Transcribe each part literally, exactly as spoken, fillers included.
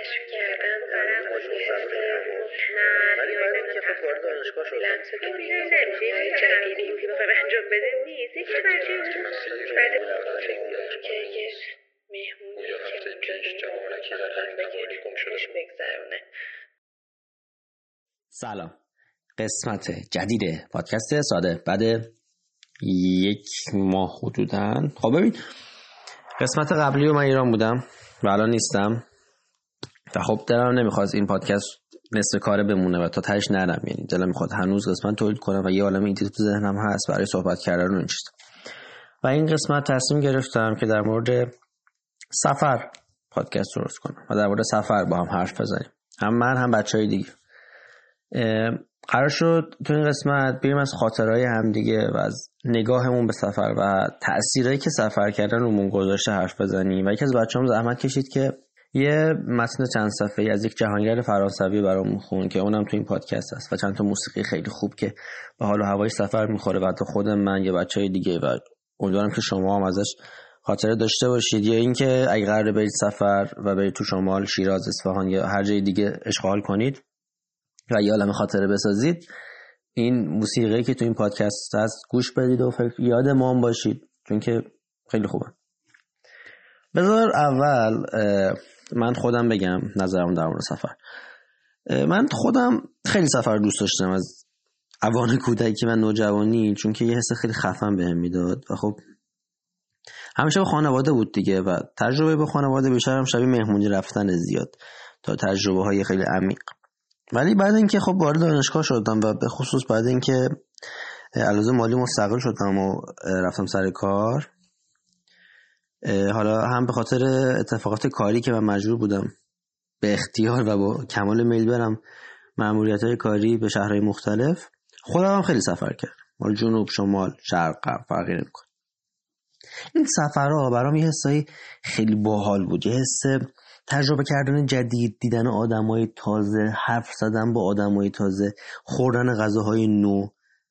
کشف کردم برام خیلی حسه نه ولی بعد اینکه خب وارد دانشگاه شدم نمیشه یه جدیدی که بخوایم انجام بدیم نیست یک بچه بعد که یه مهمونی که هفته پیش جوانکی در همین حوالی گم شده بود. بگذرونه. سلام، قسمت جدید پادکست ساده بعد یک ماه حدوداً. خب ببین، قسمت قبلی رو من ایران بودم و الان نیستم و خب دلم نمیخواد این پادکست نصف کاره بمونه و تا تهش نرم، یعنی دلم میخواد هنوز قسمت تولید کنم و یه عالمه ایده تو ذهنم هست برای صحبت کردن و این چیزا. و این قسمت تصمیم گرفتم که در مورد سفر پادکست درست کنم و در مورد سفر با هم حرف بزنیم، هم من هم بچهای دیگه. قرار شد تو این قسمت بریم از خاطرهای همدیگه و از نگاهمون به سفر و تأثیرایی که سفر کردن رومون گذاشته حرف بزنیم. و یکی از بچه‌هام زحمت کشید که یه متن چند صفحه‌ای از یک جهانگرد فرانسوی برامون خوند که اونم تو این پادکست هست و چند تا موسیقی خیلی خوب که به حال و هوای سفر میخوره و حتی خود من یا بچهای دیگه، و امیدوارم که شما هم ازش خاطره داشته باشید. یا اینکه اگه قراره برید سفر و برید تو شمال، شیراز، اصفهان یا هر جای دیگه اشغال کنید و یه عالمه خاطره بسازید، این موسیقی که تو این پادکست هست گوش بدید و فکر یاد ما هم باشید، چون که خیلی خوبه. بذار اول من خودم بگم نظرم در مورد سفر. من خودم خیلی سفر دوست داشتم از اوان کودکی و نوجوانی، چون که یه حس خیلی خفن بهم میداد و خب همیشه با خانواده بود دیگه و تجربه با خانواده بیشتر هم شبیه مهمونی رفتن زیاد تا تجربه های خیلی عمیق. ولی بعد اینکه خب وارد دانشگاه شدم و به خصوص بعد اینکه علاوه مالی مستقل شدم و رفتم سر کار، حالا هم به خاطر اتفاقات کاری که من مجبور بودم به اختیار و با کمال میل برم مأموریت‌های کاری به شهرهای مختلف، خودم هم خیلی سفر کردم، حالا جنوب، شمال، شرق، غرب فرقی نمی‌کنه. این سفرها برام یه حسایی خیلی باحال بود، یه حس تجربه کردن جدید، دیدن آدمای تازه، حرف زدن با آدمای تازه، خوردن غذاهای نو،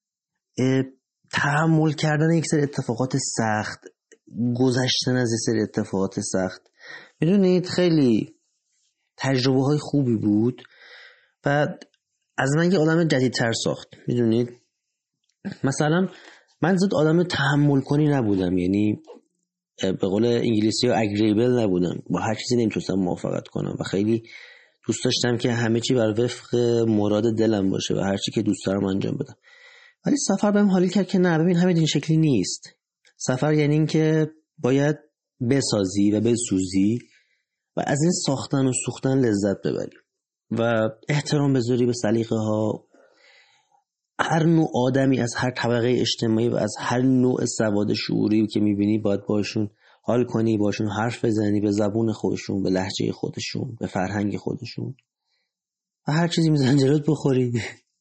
تحمل کردن یک سری اتفاقات سخت، گذشتن از یک سری اتفاقات سخت. میدونید خیلی تجربه های خوبی بود و از من یه آدم جدیدتر ساخت. میدونید مثلا من زود آدم تحمل کنی نبودم، یعنی به قول انگلیسی ها اگریبل نبودم، با هر چیزی نمیتونستم موافقت کنم و خیلی دوست داشتم که همه چی بر وفق مراد دلم باشه و هر چی که دوست دارم انجام بدم. ولی سفر بهم حالی کرد که نه، ببین همه این شکلی نیست. سفر یعنی این که باید بسازی و بسوزی و از این ساختن و سوختن لذت ببری و احترام بذاری به سلیقه ها. هر نوع آدمی از هر طبقه اجتماعی و از هر نوع سواد شعوری که میبینی باید باشون حال کنی، باشون حرف بزنی به زبون خودشون، به لهجه خودشون، به فرهنگ خودشون و هر چیزی میزن جلوت بخوری.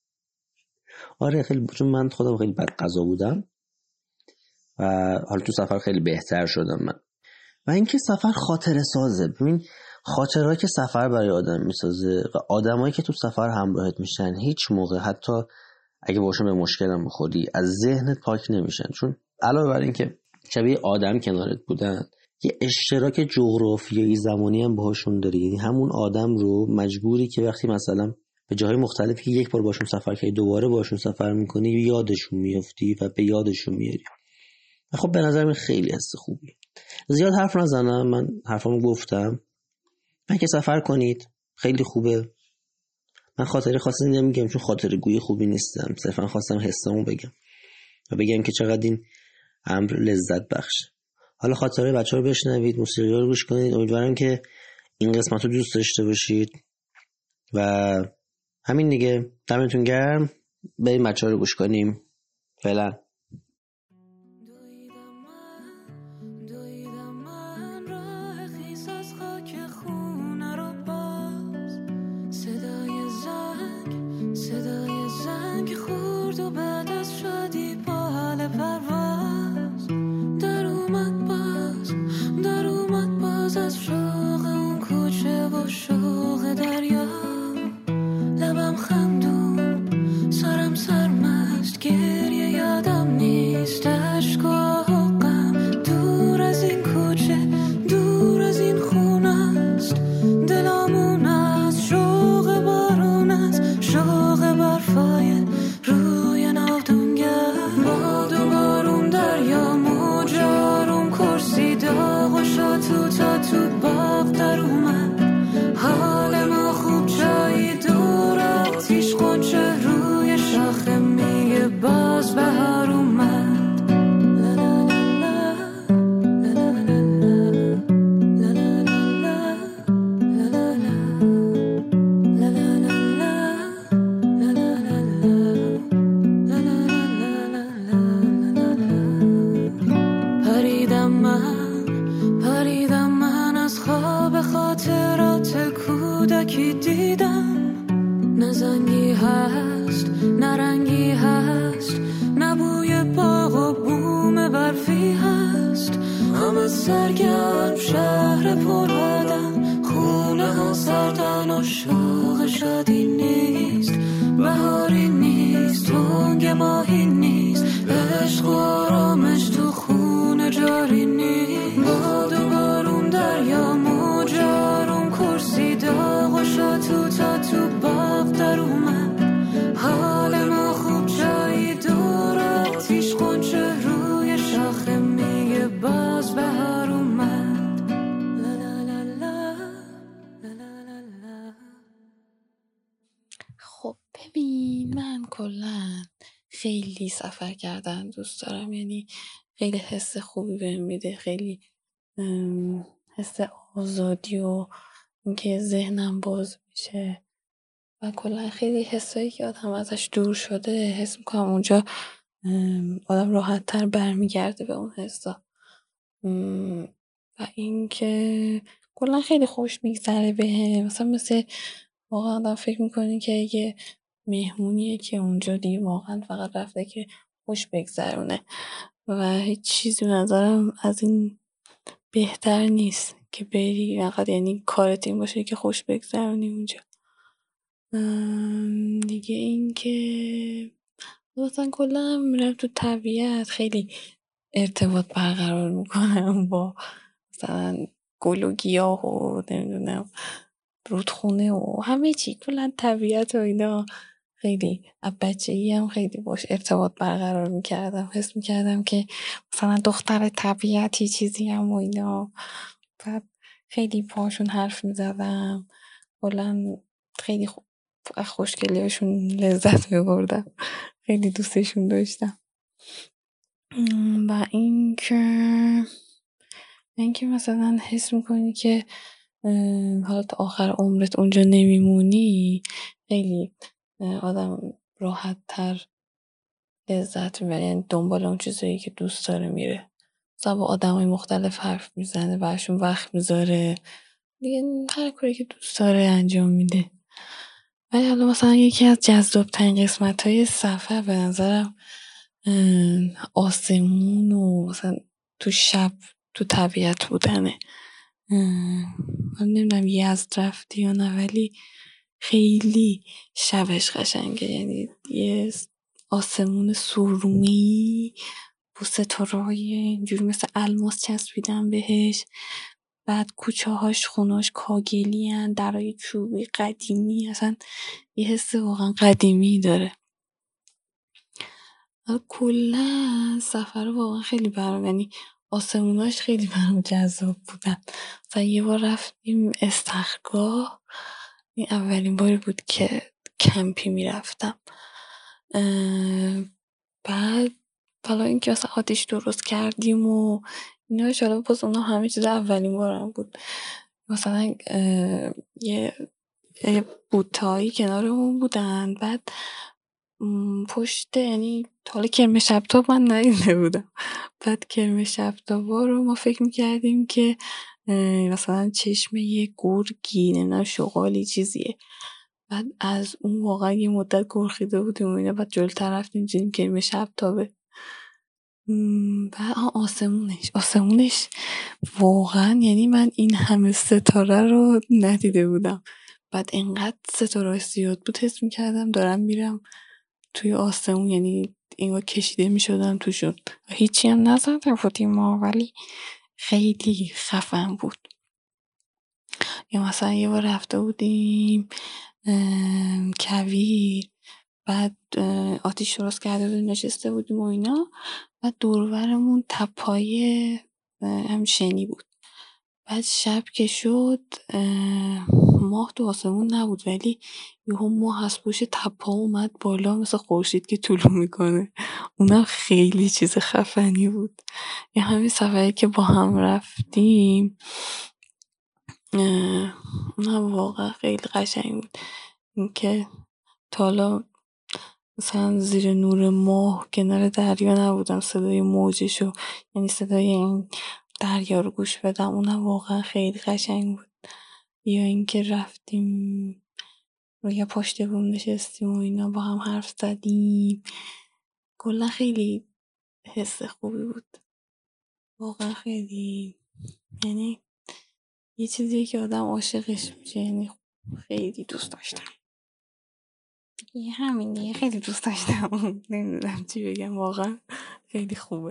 آره خیلی، چون من خودم خیلی بد غذا بودم و حالا تو سفر خیلی بهتر شدم من. و اینکه سفر خاطره سازه. ببین خاطرهایی که سفر برای آدم میسازه و آدمایی که تو سفر همراهت میشن هیچ موقع حتی اگه باشون به مشکلم بخوری از ذهنت پاک نمیشن، چون علاوه بر این که شبیه آدم کنارت بودن، یه اشتراک جغرافیایی زمانی هم باهاشون داری. یعنی همون آدم رو مجبوری که وقتی مثلا به جاهای مختلفی که یک بار باشون سفر کردی دوباره باشون سفر میکنی یادشون میافتی و به یادشون میاری. خب به نظر من خیلی حس خوبیه. زیاد حرف نزنم، من حرفامو گفتم. من که سفر کنید خیلی خوبه. من خاطره خاصی نمیگم چون خاطره گوی خوبی نیستم، صرفا خواستم حسامو بگم و بگم که چقدر این امر لذت بخشه. حالا خاطره بچه‌ها رو بشنوید، موسیقی رو گوش کنید. امیدوارم که این قسمت رو دوست داشته باشید و همین دیگه. دمتون گرم. بریم بچه‌ها رو گوش کنیم. فعلا. لبم خندون، سرم سرمست، گریه یادم یکی دیدم، نه زنگی هست نه رنگی هست، نه بوی باغ و بوم برفی هست. همه سرگرم شهر پر آدم، خونه ها سردن و شوق شادی نیست، بهاری نیست، تنگ ماهی نیست، عشق و آرامش تو خونه جاری نیست. باد و بارون دریا موج آروم، کرسی داغ و شاتو تا تو باغ در اومد. حال ما خوب جایی دور آتیش، غنچه روی شاخه میگه باز بهار اومد. لا لا لا لا لا لا لا. خب ببین، من کلا خیلی سفر کردن دوست دارم، یعنی خیلی حس خوبی بهم میده، خیلی ام، حس آزادی و اینکه ذهنم باز میشه و کلا خیلی حسایی که آدم ازش دور شده حس میکنم اونجا ام، آدم راحت تر برمیگرده به اون حسا. م، و اینکه کلا خیلی خوش میگذره بهم، مثلا مثل واقعا آدم فکر میکنه که یه مهمونیه که اونجا دیگه واقعا فقط رفته که خوش بگذرونه و هیچ چیزی به نظرم از این بهتر نیست که بری فقط، یعنی کارت این باشه که خوش بگذرونی اونجا. ام، دیگه این که مثلا کلا هم میرم تو طبیعت، خیلی ارتباط برقرار میکنم با مثلا گل و گیاه و نمیدونم رودخونه و همه چی، کلا طبیعت و اینا. خیلی از بچگی هم خیلی باش ارتباط برقرار میکردم، حس میکردم که مثلا دختر طبیعتی چیزی هم و اینا. بعد خیلی پاشون حرف میزدم، کلا خیلی خو... از خوشگلی هاشون لذت میبردم، خیلی دوستشون داشتم. م، و اینکه اینکه مثلا حس میکنی که اه، حالا تا آخر عمرت اونجا نمیمونی، خیلی اه، آدم راحت تر لذت میبره، یعنی دنبال اون چیزایی که دوست داره میره، مثلا با آدمای مختلف حرف میزنه، براشون وقت میذاره، دیگه هر کاری که دوست داره انجام میده. ولی حالا مثلا یکی از جذاب‌ترین قسمت‌های سفر به نظرم اه، آسمون و مثلا تو شب تو طبیعت بودنه. اه، من نمیدونم یزد رفتی یا نه، ولی خیلی شبش قشنگه، یعنی یه آسمون سرمه‌ای با ستاره‌های اینجوری مثل الماس چسبیدن بهش، بعد کوچه هاش خوناش کاگلی هن، درای چوبی قدیمی، اصلا یه حس واقعا قدیمی داره. کلا سفر واقعا خیلی برام، یعنی آسموناش خیلی برام جذاب بودن. مثلا یه بار رفتیم استخرگاه، این اولین باری بود که کمپی میرفتم. بعد حالا اینکه مثلا آتیش درست کردیم و اینا، حالا باز اونا همه چیز اولین بارم بود. مثلا اه، یه یه بوتایی کنارمون بودن، بعد م، پشت، یعنی تا حالا کرم شبتاب من ندیده بودم، بعد کرم شبتابا رو ما فکر میکردیم که اه، مثلا چشم یه گرگی نمیدونم شغالی چیزیه، بعد از اون واقعا یه مدت گرخیده بودیم و اینا، بعد جلوتر رفتیم دیدیم کرم شبتابه. م، بعد آه، آسمونش آسمونش واقعا، یعنی من این همه ستاره رو ندیده بودم. بعد اینقدر ستاره زیاد بود حس میکردم دارم میرم توی آسمون، یعنی اینگاه کشیده میشدم توشون. هیچی هم نزده بودیم ما، ولی خیلی خفن بود. یا مثلا یه بار رفته بودیم ام، کویر، بعد اه، آتیش درست کرده بودیم نشسته بودیم و اینا، بعد دورورمون تپای اه، هم شنی بود. بعد شب که شد اه، ماه تو آسمون نبود، ولی یهو ماه از پشت تپا اومد بالا مثل خورشید که طلوع میکنه. اونم خیلی چیز خفنی بود. یه همین سفری که با هم رفتیم اه، اونم واقعا خیلی قشنگ بود، اینکه تا حالا مثلا زیر نور ماه کنار دریا نبودم، صدای موجشو، یعنی صدای این دریا رو گوش بدم، اونم واقعا خیلی قشنگ بود. یا اینکه رفتیم روی پشت بوم نشستیم و اینا با هم حرف زدیم. کلا خیلی حس خوبی بود، واقعا خیلی، یعنی یه چیزیه که آدم عاشقش میشه. یعنی خیلی دوست داشتم دیگه، همین دیگه، خیلی دوست داشتم. نمیدونم چی بگم، واقعا خیلی خوبه.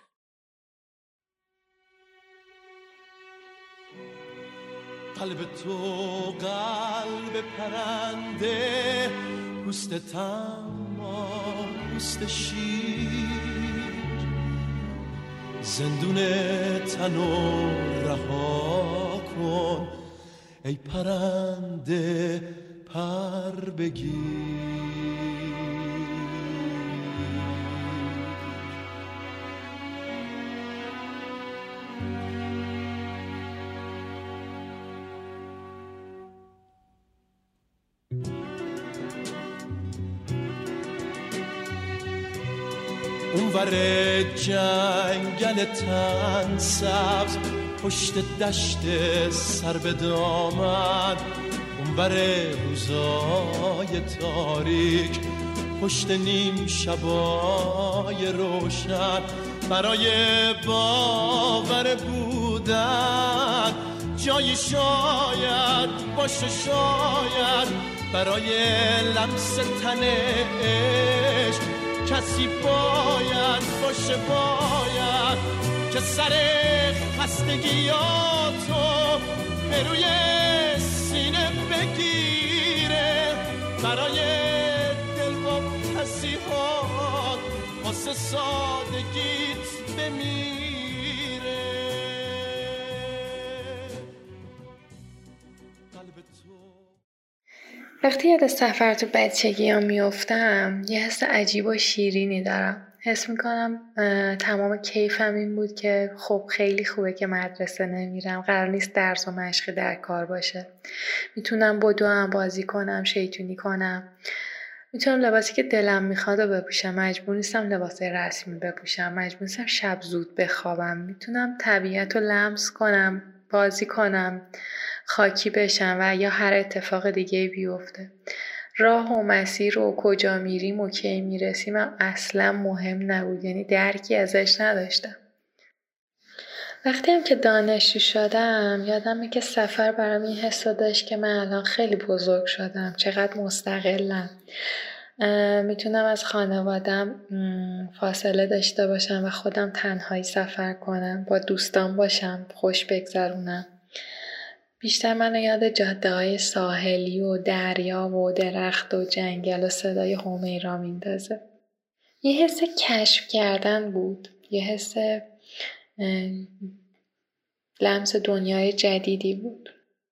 قلب تو قلب پرنده، پوست تما پوست شیر، زندون تنو رها کن ای پرنده پر بگیر. اونور جنگل تن سبز، پشت دشت سر به دامن، اونور روزای تاریک، پشت نیم شبای روشن، برای باور بودن جایی شاید باشه، شاید برای لمس تن عشق کسی باید باشه، باید که سر خستگیاتو به روی سینه بگیره، برای دلواپسی‌هات واسه سادگیت بمیره. قلب تو وقتی یاد سفر تو بچگی ها میافتم یه حس عجیب و شیرینی دارم. حس میکنم تمام کیفم این بود که خب خیلی خوبه که مدرسه نمیرم، قرار نیست درس و مشقی در کار باشه، میتونم بدوم، بازی کنم، شیطونی کنم، میتونم لباسی که دلم میخواد رو بپوشم، مجبور نیستم لباس رسمی بپوشم، مجبور نیستم شب زود بخوابم، میتونم طبیعت رو لمس کنم، بازی کنم، خاکی بشم و یا هر اتفاق دیگه بیفته. راه و مسیر و کجا میریم و کی میرسیم هم اصلا مهم نبود، یعنی درکی ازش نداشتم. وقتی هم که دانشجو شدم یادمه که سفر برام این حس داشت که من الان خیلی بزرگ شدم، چقدر مستقلم، میتونم از خانوادم فاصله داشته باشم و خودم تنهایی سفر کنم، با دوستان باشم، خوش بگذرونم. بیشتر منو یاد جاده های ساحلی و دریا و درخت و جنگل و صدای همیرا میندازه. یه حس کشف کردن بود، یه حس لمس دنیای جدیدی بود.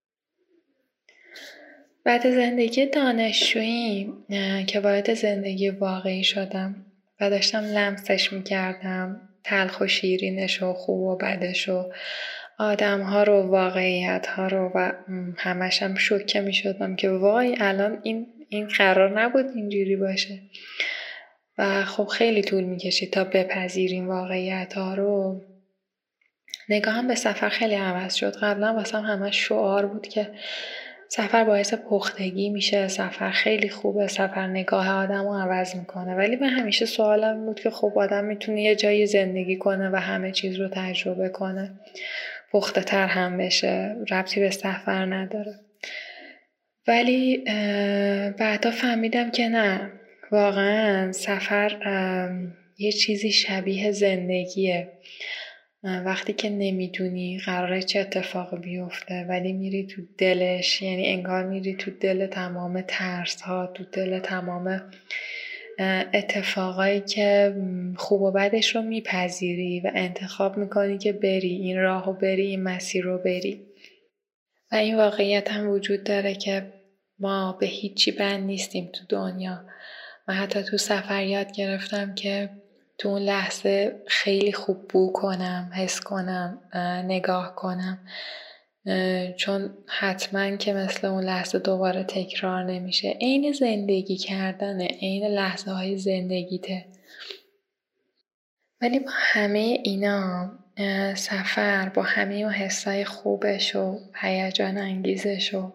بعد زندگی دانشجویی که وارد زندگی واقعی شدم و داشتم لمسش میکردم، تلخ و شیرینش و خوب و بدش و آدم ها رو، واقعیت ها رو، و همش هم شوکه می شدم که وای الان این این قرار نبود اینجوری باشه. و خب خیلی طول می کشید تا بپذیریم واقعیت ها رو. نگاهم به سفر خیلی عوض شد. قبلا واسم همش شعار بود که سفر باعث پختگی میشه، سفر خیلی خوبه، سفر نگاه آدم رو عوض میکنه. ولی من همیشه سوالم بود که خب آدم میتونه یه جایی زندگی کنه و همه چیز رو تجربه کنه، پخته تر هم بشه، ربطی به سفر نداره. ولی بعدا فهمیدم که نه، واقعا سفر یه چیزی شبیه زندگیه. وقتی که نمیدونی قراره چه اتفاق بیفته ولی میری تو دلش، یعنی انگار میری تو دل تمام ترس ها، تو دل تمام اتفاقایی که خوب و بدش رو میپذیری و انتخاب میکنی که بری این راه رو بری، این مسیر رو بری. و این واقعیت هم وجود داره که ما به هیچی بند نیستیم تو دنیا. من حتی تو سفر یاد گرفتم که تو اون لحظه خیلی خوب بو کنم، حس کنم، نگاه کنم، چون حتما که مثل اون لحظه دوباره تکرار نمیشه. عین زندگی کردنه، عین لحظه های زندگیته. ولی با همه اینا سفر با همه اون حسای خوبش و هیجان انگیزش و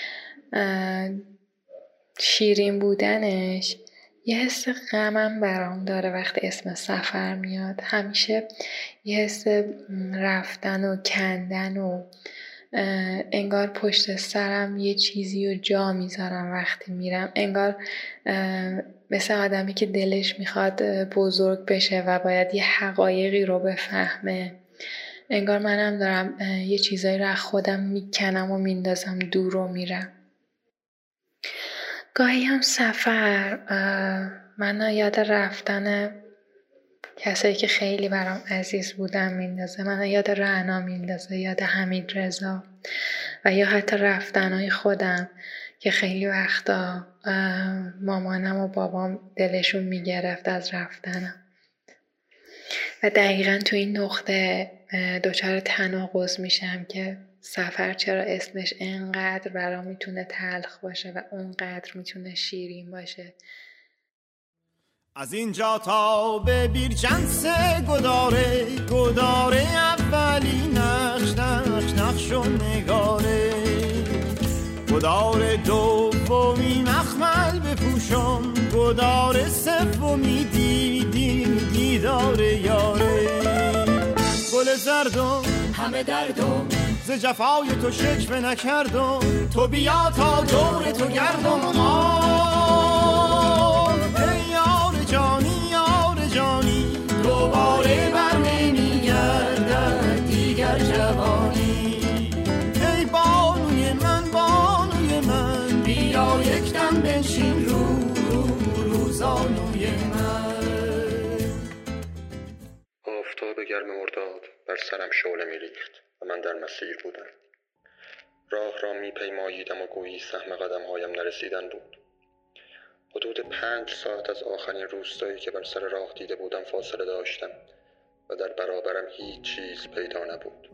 شیرین بودنش یه حس غمم برام داره. وقتی اسم سفر میاد همیشه یه حس رفتن و کندن و انگار پشت سرم یه چیزی رو جا میذارم وقتی میرم. انگار مثل آدمی که دلش میخواد بزرگ بشه و باید یه حقایقی رو بفهمه. انگار منم دارم یه چیزایی رو از خودم میکنم و میندازم دور و میرم. گاهی هم سفر منو یاد رفتن کسایی که خیلی برام عزیز بودن میندازه. منو یاد رعنا میندازه، یاد حمید رضا و یا حتی رفتنهای خودم که خیلی وقتا مامانم و بابام دلشون میگرفت از رفتنم و دقیقا تو این نقطه دچار تناقض میشم که سفر چرا اسمش اینقدر برام میتونه تلخ باشه و اونقدر میتونه شیرین باشه. از اینجا تا به بیرجنس گداره گداره اولی نقش نقش نقش و نگاره گداره دومی مخمل بپوشم گداره سومی دی دی دیداره یاره گل زردم همه دردم ز جفای تو شکوه نکردم تو بیا تا دور تو گردم آه ای یار جانی یار جانی دوباره بر نمیگردد دیگر جوانی ای بانوی من بانوی من بیا یک دم بنشین رو رو روزانوی من. آفتاب گرم مرداد بر سرم شعله می‌ریخت و من در مسیر بودم. راه را می‌پیماییدم و گویی سهم قدم‌هایم نرسیدن بود. حدود پنج ساعت از آخرین روستایی که بر سر راه دیده بودم فاصله داشتم و در برابرم هیچ چیز پیدا نبود.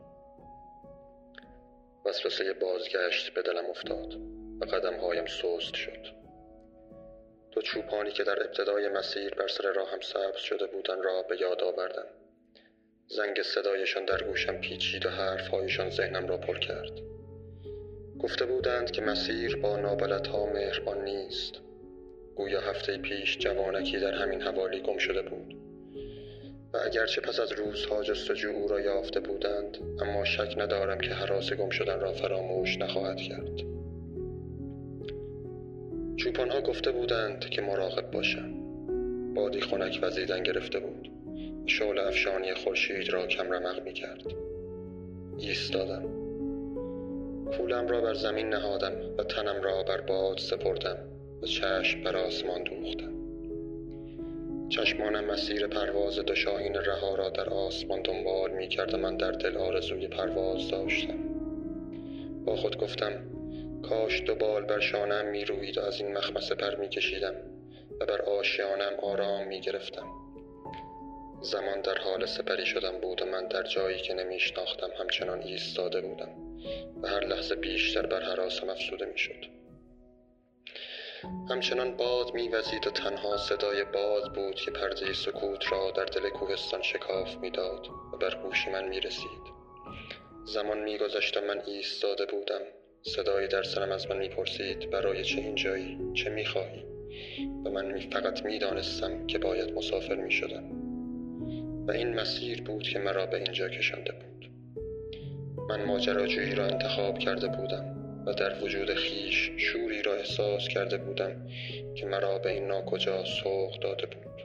وسوسه بازگشت به دلم افتاد و قدم‌هایم سست شد. دو چوپانی که در ابتدای مسیر بر سر راهم سبز شده بودند را به یاد آوردم. زنگ صدایشان در گوشم پیچید و حرف‌هایشان ذهنم را پر کرد. گفته بودند که مسیر با نابلدها مهربان نیست. گویا هفته پیش جوانکی در همین حوالی گم شده بود و اگرچه پس از روزها جستجو او را یافته بودند، اما شک ندارم که هراس گم شدن را فراموش نخواهد کرد. چوپانها گفته بودند که مراقب باشم. بادی خنک وزیدن گرفته بود. شعله افشانی خورشید را کم رمق می کرد. ایستادم. کولم را بر زمین نهادم و تنم را بر باد سپردم و چشم بر آسمان دوختم. چشمانم مسیر پرواز دو شاهین رها را در آسمان دنبال می کرد و من در دل آرزوی پرواز داشتم. با خود گفتم کاش دو بال بر شانه‌ام می روید و از این مخمصه پر می کشیدم و بر آشیانم آرام می گرفتم. زمان در حال سپری شدن بود و من در جایی که نمی شناختم همچنان ایستاده بودم و هر لحظه بیشتر بر هراسم افزوده می شد. همچنان باد می وزید و تنها صدای باد بود که پرده سکوت را در دل کوهستان شکاف می داد و بر گوش من می رسید. زمان می گذشت و من ایستاده بودم. صدایی در سرم از من می پرسید برای چه اینجایی؟ چه می خواهی؟ و من می فقط می دانستم که باید مسافر می شدم. و این مسیر بود که مرا به اینجا کشانده بود. من ماجراجویی را انتخاب کرده بودم و در وجود خیش شوری را احساس کرده بودم که مرا به این ناکجا سوق داده بود.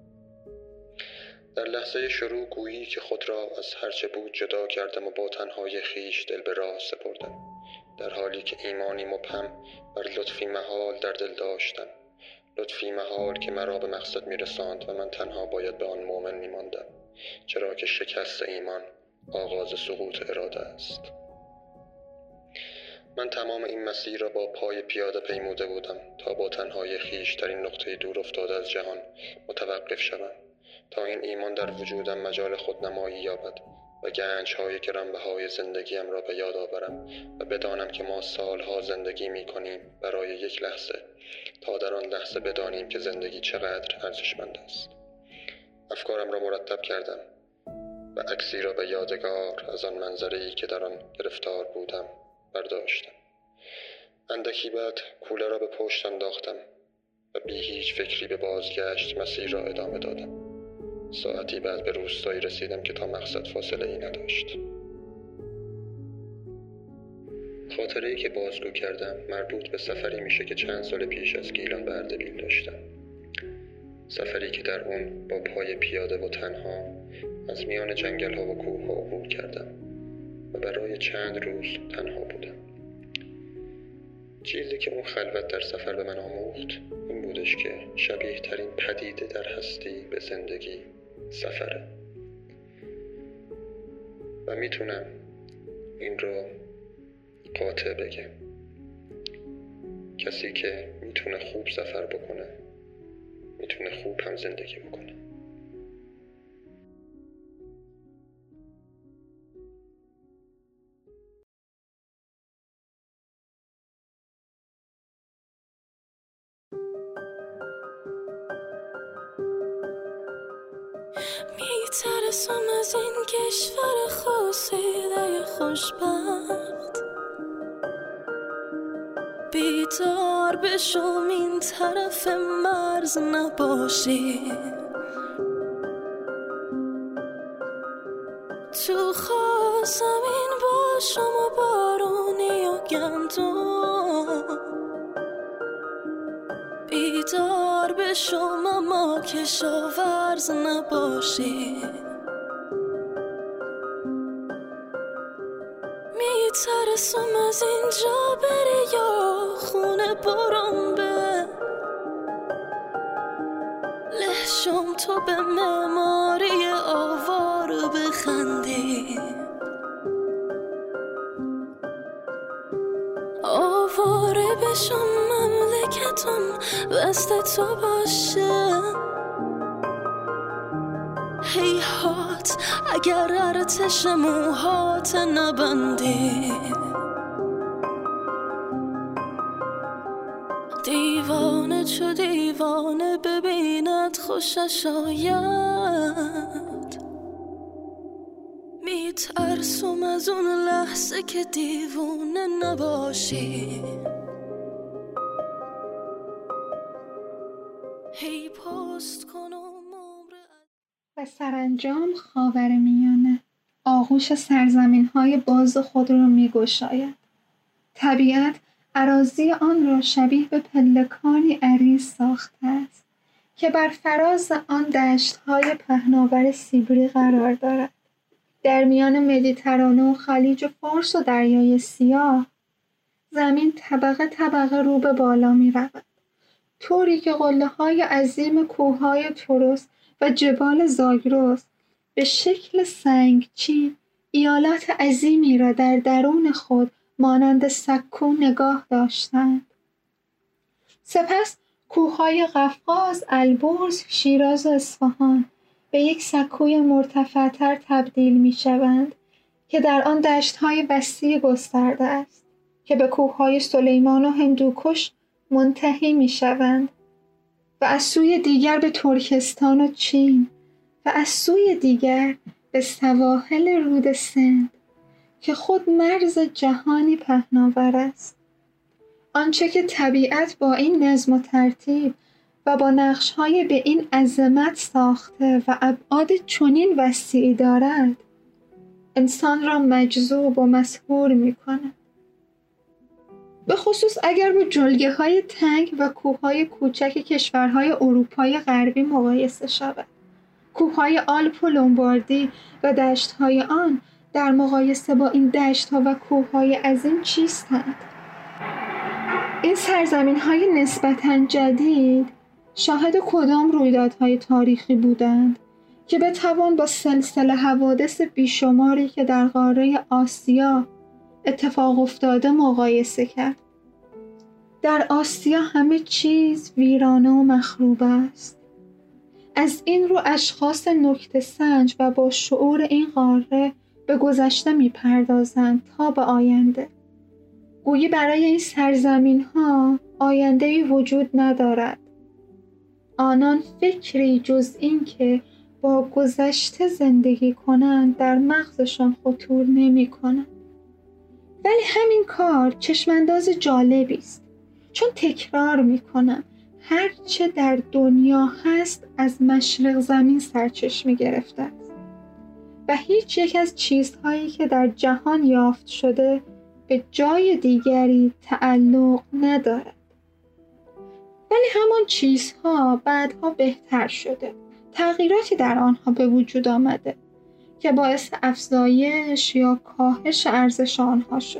در لحظه شروع گویی که خود را از هرچه بود جدا کردم و با تنهای خیش دل به راه سپردم، در حالی که ایمانی مبهم بر لطفی محال در دل داشتم. لطفی محال که مرا به مقصد می رساند و من تنها باید به آن مؤمن می ماندم، چرا که شکست ایمان آغاز سقوط اراده است. من تمام این مسیر را با پای پیاده پیموده بودم تا با تنهای خیش در این نقطه دور افتاده از جهان متوقف شوم، تا این ایمان در وجودم مجال خودنمایی یابد و گنج‌های گرانبهای زندگیم را به یاد آورم و بدانم که ما سالها زندگی می کنیم برای یک لحظه، تا در آن لحظه بدانیم که زندگی چقدر ارزشمند است. افکارم را مرتب کردم. و عکسی را به یادگار از آن منظره‌ای که در آن گرفتار بودم برداشتم. اندکی بعد کوله را به پشت انداختم و بی هیچ فکری به بازگشت مسیر را ادامه دادم. ساعتی بعد به روستایی رسیدم که تا مقصد فاصله ای نداشت. خاطره‌ای که بازگو کردم مربوط به سفری میشه که چند سال پیش از گیلان به اردبیل داشتم. سفری که در اون با پای پیاده و تنها از میان جنگل ها و کوه ها عبور کردم و برای چند روز تنها بودم. چیزی که اون خلوت در سفر به من آموخت این بودش که شبیه ترین پدیده در هستی به زندگی سفره و میتونم این رو قاطع بگم. کسی که میتونه خوب سفر بکنه میتونه خوب هم زندگی بکنه. میترسم از این کشور خاصیده خوشبخت، بیدار بشم این طرف مرز نباشی، تو خواستم این باشم و بارونی و گندم، بیدار بشم اما کشاورز نباشی، میترسم از اینجا بری یا خونه برم به لحشم تو به معماری آوار بخندی، آواره بشم مملکتم بست تو باشه، هیهات اگر ارتش موهات نبندی، دیوانه چو دیوانه ببیند خوشش آید، میترسم از اون لحظه که دیوانه نباشی، هی پست کنم و سرانجام خاورمیانه آغوش سرزمین‌های باز خود را می‌گشاید. طبیعت اراضی آن را شبیه به پلکانی عریض ساخته است که بر فراز آن دشت‌های پهناور سیبری قرار دارد. در میان مدیترانه و خلیج فارس و دریای سیاه زمین طبقه طبقه رو به بالا می‌رود، طوری که قله‌های عظیم کوه‌های تروس و جبال زاگرس به شکل سنگچین ایالات عظیمی را در درون خود مانند سکو نگاه داشتند. سپس کوه‌های قفقاز، البرز، شیراز و اصفهان به یک سکوی مرتفع‌تر تبدیل می‌شوند که در آن دشت‌های وسیع گسترده است که به کوه‌های سلیمان و هندوکش منتهی می‌شوند و از سوی دیگر به ترکستان و چین و از سوی دیگر به سواحل رود سند که خود مرز جهانی پهناور است. آنچه که طبیعت با این نظم و ترتیب و با نقش‌های به این عظمت ساخته و ابعاد چنین وسیعی دارد، انسان را مجذوب و مسحور می‌کند. به خصوص اگر با جلگه‌های تنگ و کوه‌های کوچک کشورهای اروپای غربی مقایسه شود. کوه‌های آلپ و لومباردی و دشت‌های آن در مقایسه با این دشت‌ها و کوه‌های عظیم چیستند؟ این سرزمین‌های نسبتاً جدید شاهد کدام رویدادهای تاریخی بودند که بتوان با سلسله حوادث بیشماری که در قاره آسیا اتفاق افتاده مقایسه کرد؟ در آسیا همه چیز ویرانه و مخروب است. از این رو اشخاص نکته سنج و با شعور این قاره به گذشته می پردازند تا به آینده. گویی برای این سرزمین ها آینده‌ای وجود ندارد. آنان فکری جز این که با گذشته زندگی کنند در مغزشان خطور نمی کنند. ولی همین کار چشمانداز جالبی است، چون تکرار می کنم هر چه در دنیا هست از مشرق زمین سرچشمه گرفته است و هیچ یک از چیزهایی که در جهان یافت شده به جای دیگری تعلق ندارد. ولی همان چیزها بعدها بهتر شده، تغییراتی در آنها به وجود آمده که باعث افزایش یا کاهش ارزش آنها شد.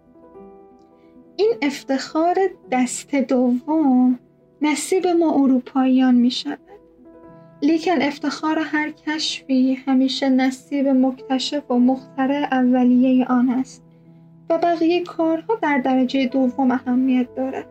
این افتخار دست دوم نصیب ما اروپاییان می شود. لیکن افتخار هر کشفی همیشه نصیب مکتشف و مخترع اولیه آن است و بقیه کارها در درجه دوم اهمیت دارد.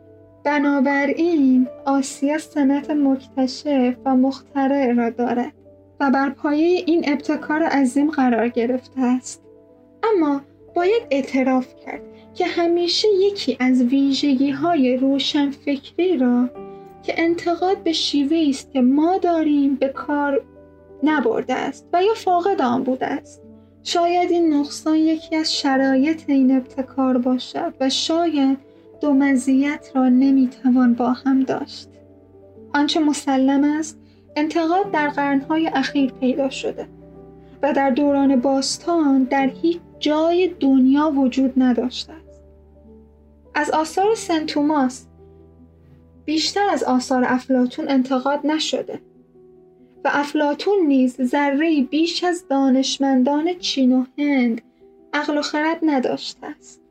بنابراین آسیا سمت مکتشف و مخترع را دارد و بر پایه این ابتکار عظیم قرار گرفته است. اما باید اعتراف کرد که همیشه یکی از ویژگی‌های روشنفکری را که انتقاد به شیوه‌ای است که ما داریم به کار نبرده است و یا فاقد آن بوده است. شاید این نقصان یکی از شرایط این ابتکار باشد و شاید دو مزیت را نمیتوان با هم داشت. آنچه مسلم است انتقاد در قرنهای اخیر پیدا شده و در دوران باستان در هیچ جای دنیا وجود نداشته است. از آثار سنت توماس بیشتر از آثار افلاطون انتقاد نشده و افلاطون نیز ذره‌ای بیش از دانشمندان چین و هند عقل و خرد نداشته است.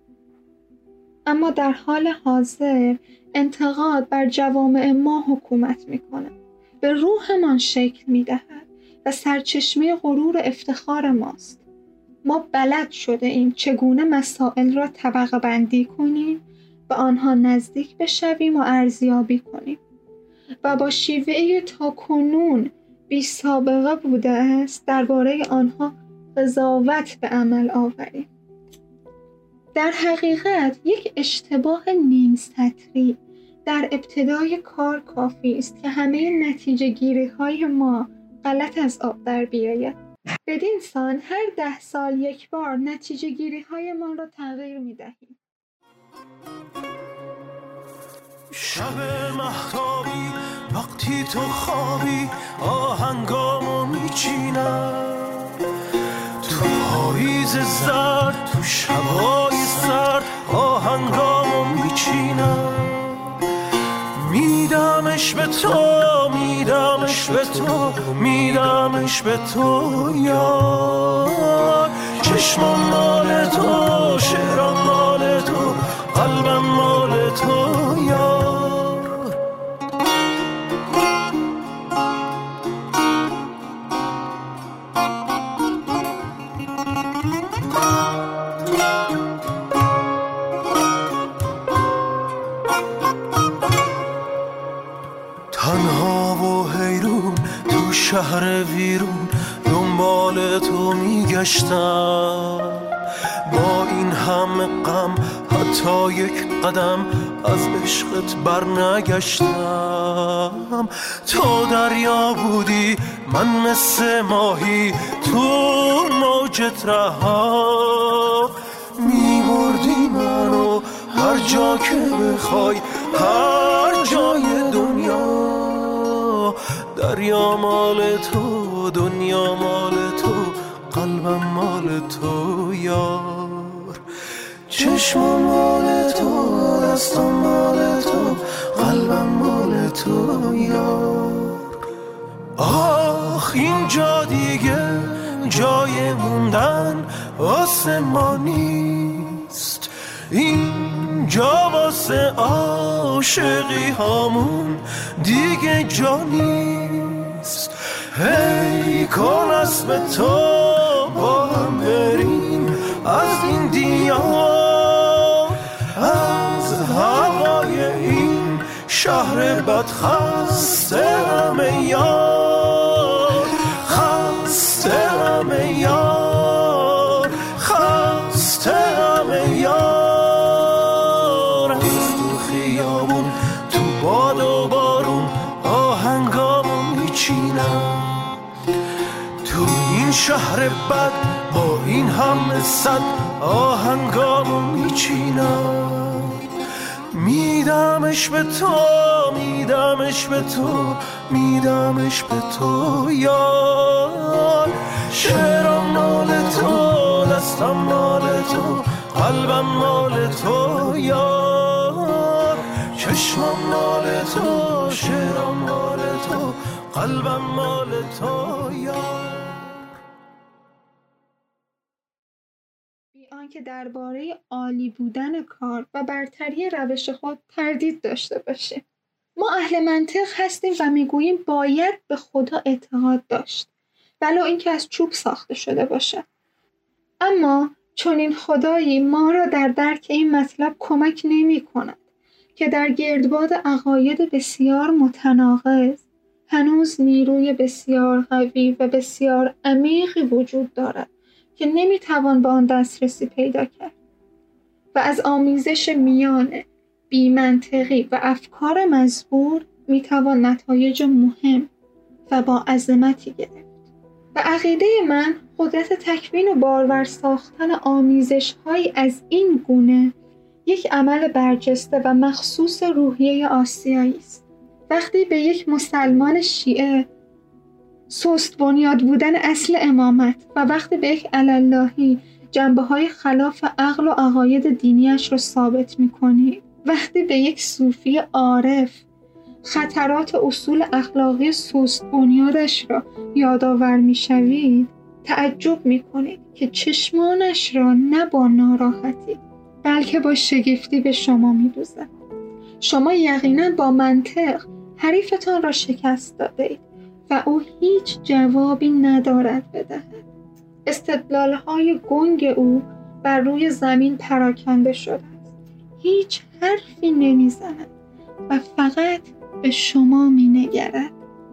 اما در حال حاضر انتقاد بر جوامع ما حکومت می‌کند، به روحمان شکل می‌دهد و سرچشمه غرور افتخار ماست. ما بلد شده ایم چگونه مسائل را طبقه بندی کنیم و آنها نزدیک بشویم و ارزیابی کنیم و با شیوه‌ای تا کنون بی سابقه بوده است درباره آنها قضاوت به عمل آوریم. در حقیقت یک اشتباه نیم سطری در ابتدای کار کافی است که همه نتیجه گیری های ما غلط از آب در بیاید. بدین سان هر ده سال یک بار نتیجه گیری های ما را تغییر می دهیم. شب مهتابی وقتی تو خوابی آهنگامو میچینم، تو پاییز زرد تو شبای سرد آهنگامو میچینم، میدمش به تو میدمش به تو میدمش به تو یار، چشمم مال تو شعرم مال تو قلبم مال تو یار. تنها و حیرون تو شهر ویرون دنبال تو میگشتم، با این همه غم حتی یک قدم از عشقت بر نگشتم. تو دریا بودی من مثل ماهی تو موجت رها، میبردی منو هر جا که بخوای هر جای دنیا، دریا مال تو دنیا مال تو قلبم مال تو یار، چشمم مال تو دستم مال تو قلبم مال تو یار. آخ اینجا دیگه جای موندن واسه ما نیست، اینجا واسه عاشقی هامون دیگه جا نیست. هی کن اسم تو با هم بریم از این دیار، از هوای این شهر بدخسته همه یار، خسته همه یار، خسته همه یار. از تو خیابون تو باد و بارون آهنگامو میچینم، شهر بد با این همه صد آهنگامو میچینم. میدمش به تو، میدمش به تو، میدمش به تو یار. شعرم مال تو، دستم مال تو، قلبم مال تو یار. چشمم مال تو، شعرم مال تو، قلبم مال تو یار. بی آنکه درباره عالی بودن کار و برتری روش خود تردید داشته باشیم. ما اهل منطق هستیم و میگوییم باید به خدا اعتقاد داشت، ولو اینکه از چوب ساخته شده باشه. اما چون این خدایی ما را در درک این مطلب کمک نمی کند که در گردباد عقاید بسیار متناقض هنوز نیروی بسیار قوی و بسیار عمیقی وجود دارد که نمیتوان به آن دسترسی پیدا کرد و از آمیزش میان بی‌منطقی و افکار مزبور میتوان نتایج مهم و با عظمتی گرفت. و عقیده من قدرت تکوین و بارور ساختن آمیزش‌هایی از این گونه یک عمل برجسته و مخصوص روحیه آسیایی است. وقتی به یک مسلمان شیعه سست بنیاد بودن اصل امامت و وقتی به یک علاللهی جنبه‌های خلاف عقل و عقاید دینیش رو ثابت می‌کنی، وقتی به یک صوفی عارف خطرات اصول اخلاقی سست بنیادش را یادآور می‌شوید، تعجب می‌کنید که چشمانش را نه با ناراحتی بلکه با شگفتی به شما می‌دوزد. شما یقیناً با منطق حریفتان را شکست دادید و او هیچ جوابی ندارد بدهد. استدلال‌های گنگ او بر روی زمین پراکنده شده است. هیچ حرفی نمی‌زند و فقط به شما می‌نگرد.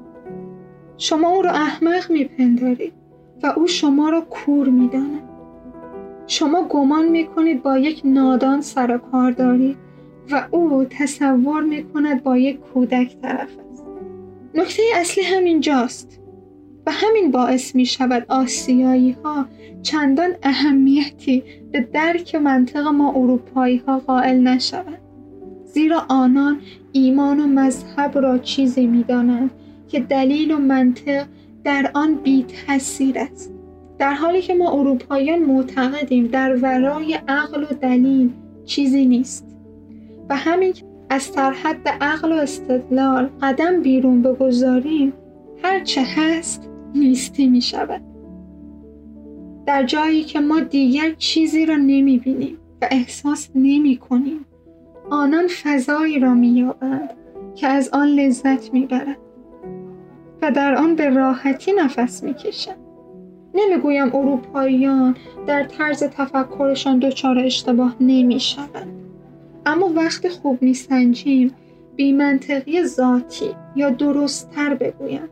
شما او را احمق می‌پندارید و او شما را کور می‌داند. شما گمان می‌کنید با یک نادان سر و کار دارید و او تصور می‌کند با یک کودک طرف است. نکته اصلی همین جاست و همین باعث می‌شود آسیایی‌ها چندان اهمیتی به درک منطق ما اروپایی‌ها قائل نشوند، زیرا آنان ایمان و مذهب را چیزی می‌دانند که دلیل و منطق در آن بی تأثیر است، در حالی که ما اروپاییان معتقدیم در ورای عقل و دلیل چیزی نیست و همین که از سرحد عقل و استدلال قدم بیرون بگذاریم، هر چه هست نیستی می شود. در جایی که ما دیگر چیزی را نمی بینیم و احساس نمی کنیم، آنان فضایی را می یابند که از آن لذت می برند و در آن به راحتی نفس می کشند. نمی گویم اروپاییان در طرز تفکرشان دچار اشتباه نمی شوند، اما وقتی خوب می سنجیم بی‌منطقی ذاتی یا درست تر بگویم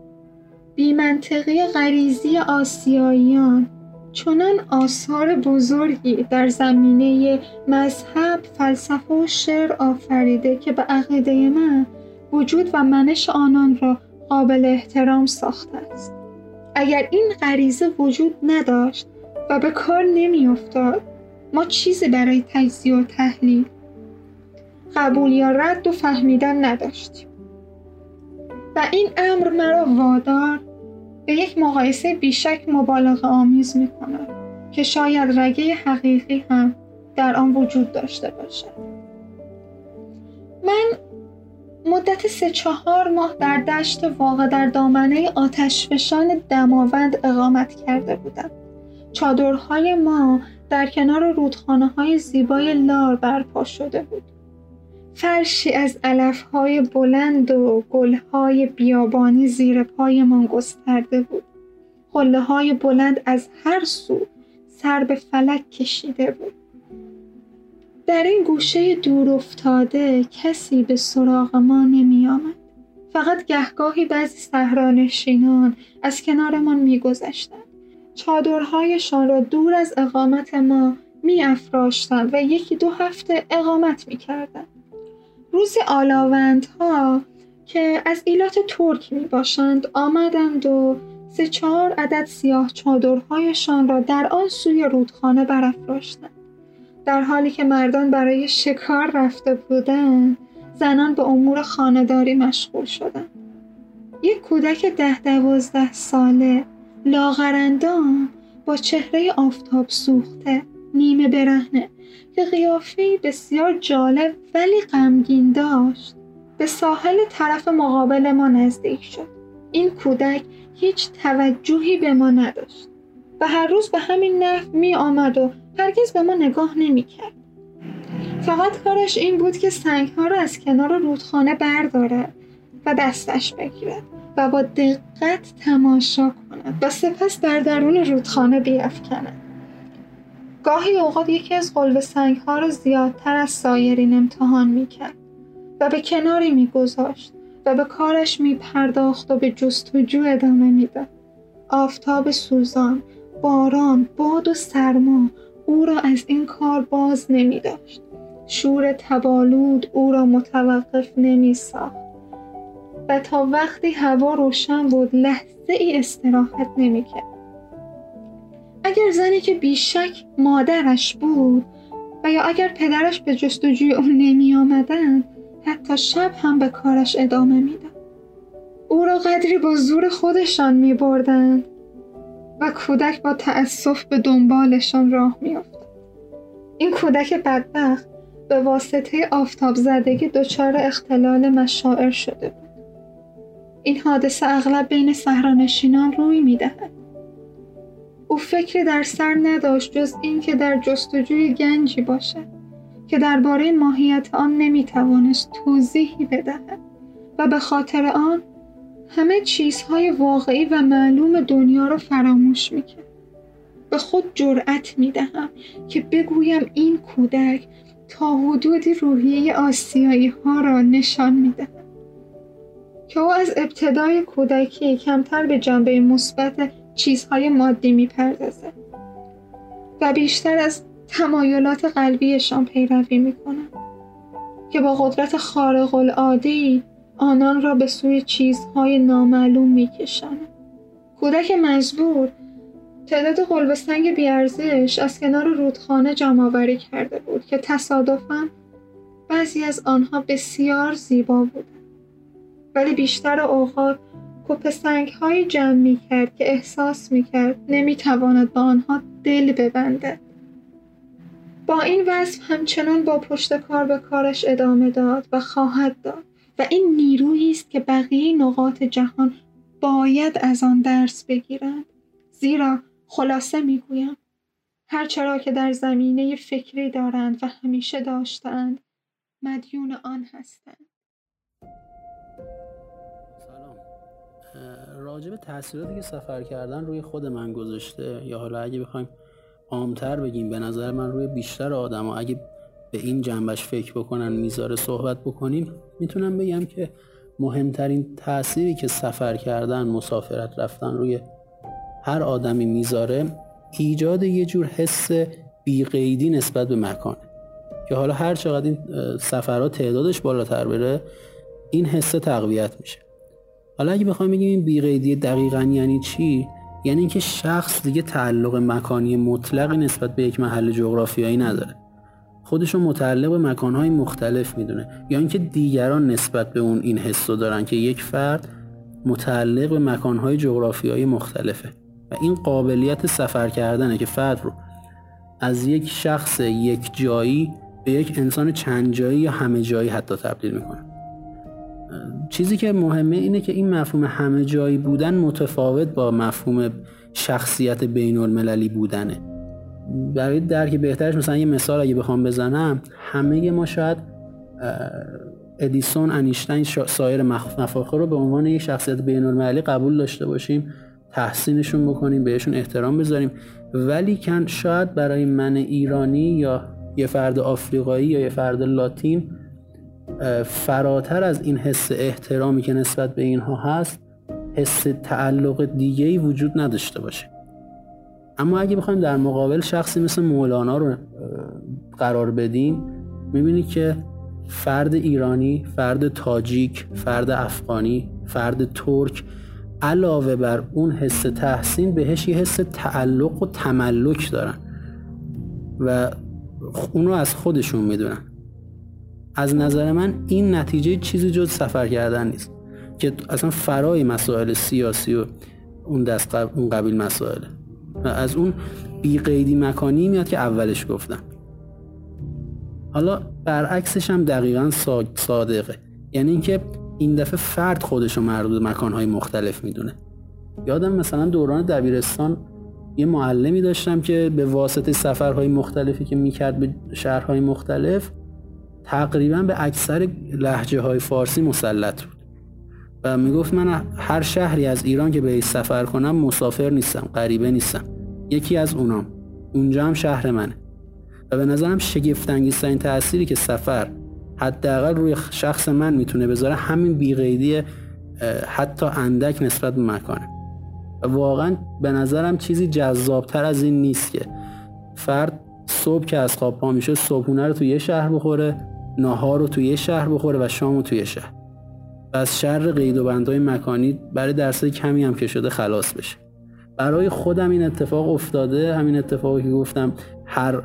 بی‌منطقی غریزی آسیاییان چنان آثار بزرگی در زمینه مذهب، فلسفه و شعر آفریده که به عقیده من وجود و منش آنان را قابل احترام ساخته است. اگر این غریزه وجود نداشت و به کار نمی افتاد، ما چیزی برای تجزیه و تحلیل، قبول یا رد و فهمیدن نداشتیم. و این امر مرا وادار به یک مقایسه بیشک مبالغه آمیز می کند که شاید رگه حقیقی هم در آن وجود داشته باشد. من مدت سه چهار ماه در دشت واقع در دامنه آتشفشان دماوند اقامت کرده بودم. چادرهای ما در کنار رودخانه‌های زیبای لار برپا شده بود. فرشی از علف‌های بلند و گل‌های بیابانی زیر پایمان گسترده بود. قله‌های بلند از هر سو سر به فلک کشیده بود. در این گوشه دور افتاده کسی به سراغ ما نمی آمد. فقط گهگاهی بعضی صحرانشینان از کنارمان می گذشتند. چادرهایشان را دور از اقامت ما می افراشتند و یکی دو هفته اقامت می کردند. روزی آلاوندها که از ایلات ترک می باشند آمدند و سه چهار عدد سیاه چادرهایشان را در آن سوی رودخانه برافراشتند. در حالی که مردان برای شکار رفته بودند، زنان به امور خانه‌داری مشغول شدند. یک کودک ده دوازده ساله، لاغرندام، با چهره آفتاب سوخته، نیمه برهنه که قیافه‌ای بسیار جالب ولی غمگین داشت، به ساحل طرف مقابل ما نزدیک شد. این کودک هیچ توجهی به ما نداشت و هر روز به همین نحو می آمد و هرگز به ما نگاه نمی کرد. فقط کارش این بود که سنگ‌ها را از کنار رودخانه بردارد و دستش بگیرد و با دقت تماشا کند و سپس در درون رودخانه بیفکند. گاهی اوقات یکی از قلب سنگ‌ها را زیادتر از سایرین امتحان می‌کرد و به کناری می‌گذاشت و به کارش می‌پرداخت و به جستجو ادامه می‌داد. آفتاب سوزان، باران، باد و سرما او را از این کار باز نمی‌داشت. شور تبالود او را متوقف نمی‌ساخت و تا وقتی هوا روشن بود لحظه ای استراحت نمی‌کرد. اگر زنی که بیشک مادرش بود و یا اگر پدرش به جستجوی او نمی آمدن، حتی شب هم به کارش ادامه میداد. او را قدری با زور خودشان می بردن و کودک با تأسف به دنبالشان راه می افتاد. این کودک بدبخت به واسطه آفتاب زدگی دچار اختلال مشاعر شده بود. این حادثه اغلب بین صحرانشینان روی می دهد. او فکری در سر نداشت جز این که در جستجوی گنجی باشد که درباره ماهیت آن نمیتوانست توضیحی بدهد و به خاطر آن همه چیزهای واقعی و معلوم دنیا را فراموش میکرد. به خود جرأت میدهم که بگویم این کودک تا حدودی روحیه آسیایی ها را نشان میدهد که او از ابتدای کودکی کمتر به جنبه مثبت چیزهای مادی میپردازه و بیشتر از تمایلات قلبیشان پیروی میکنه که با قدرت خارق العاده آنان را به سوی چیزهای نامعلوم میکشانه. کودک مزبور تعداد قلب سنگ بیارزش از کنار رودخانه جمع آوری کرده بود که تصادفاً بعضی از آنها بسیار زیبا بودند، ولی بیشتر اوقات کوپه سنگ‌هایی جمع می‌کرد که احساس می‌کرد نمی‌تواند با آنها دل ببندد. با این وصف همچنان با پشت کار به کارش ادامه داد و خواهد داد و این نیرویی است که بقیه نقاط جهان باید از آن درس بگیرند، زیرا خلاصه می‌گویم هرچرا که در زمینه فکری دارند و همیشه داشتند مدیون آن هستند. راجع به تأثیراتی که سفر کردن روی خود من گذاشته، یا حالا اگه بخوایم عام‌تر بگیم، به نظر من روی بیشتر آدم‌ها اگه به این جنبش فکر بکنن میذاره صحبت بکنیم، میتونم بگم که مهمترین تأثیری که سفر کردن، مسافرت رفتن روی هر آدمی میذاره، ایجاد یه جور حس بی‌قیدی نسبت به مکانه که حالا هر چقدر این سفرها تعدادش بالاتر بره این حس تقویت میشه. حالا اگه بخوایم بگیم این بی‌قیدی دقیقاً یعنی چی؟ یعنی اینکه شخص دیگه تعلق مکانی مطلقی نسبت به یک محل جغرافیایی نداره. خودشو متعلق به مکانهای مختلف میدونه، یا اینکه دیگران نسبت به اون این حسو دارن که یک فرد متعلق به مکانهای جغرافیایی مختلفه و این قابلیت سفر کردنه که فرد رو از یک شخص یک جایی به یک انسان چند جایی یا همه جایی حتی تبدیل میکنه. چیزی که مهمه اینه که این مفهوم همه جایی بودن متفاوت با مفهوم شخصیت بین المللی بودنه. برای درک بهترش مثلا یه مثال اگه بخوام بزنم، همه ما شاید ادیسون، انیشتین، سایر مفاخر رو به عنوان یک شخصیت بین المللی قبول داشته باشیم، تحسینشون بکنیم، بهشون احترام بذاریم، ولی کن شاید برای من ایرانی یا یه فرد آفریقایی یا یه فرد لاتین فراتر از این حس احترامی که نسبت به اینها هست حس تعلق دیگه‌ای وجود نداشته باشه. اما اگه بخوایم در مقابل شخصی مثل مولانا رو قرار بدیم، میبینی که فرد ایرانی، فرد تاجیک، فرد افغانی، فرد ترک علاوه بر اون حس تحسین بهش یه حس تعلق و تملک دارن و اونو از خودشون میدونن. از نظر من این نتیجه چیزی جز سفر کردن نیست که اصلا فرای مسائل سیاسی و اون دست قبل اون قبیل مسائله و از اون بی‌قیدی مکانی میاد که اولش گفتم. حالا برعکسش هم دقیقاً صادقه، یعنی اینکه این دفعه فرد خودشو مربوط به مکانهای مختلف میدونه. یادم مثلا دوران دبیرستان یه معلمی داشتم که به واسطه سفرهای مختلفی که میکرد به شهرهای مختلف تقریبا به اکثر لهجه‌های فارسی مسلط بود و میگفت من هر شهری از ایران که بهش سفر کنم مسافر نیستم، غریبه نیستم، یکی از اونام، اونجا هم شهر منه. و به نظرم شگفت انگیزترین تأثیری که سفر حداقل روی شخص من میتونه بذاره همین بی‌قیدی حتی اندک نسبت به مکانه. و واقعا به نظرم چیزی جذابتر از این نیست که فرد صبح که از خواب پا میشه صبحونه رو توی یه شهر بخوره، ناهار رو توی یه شهر بخوره و شام رو توی یه شهر و از شر قید و بندهای مکانی برای درصد کمی هم که شده خلاص بشه. برای خودم این اتفاق افتاده، همین اتفاقی که گفتم هر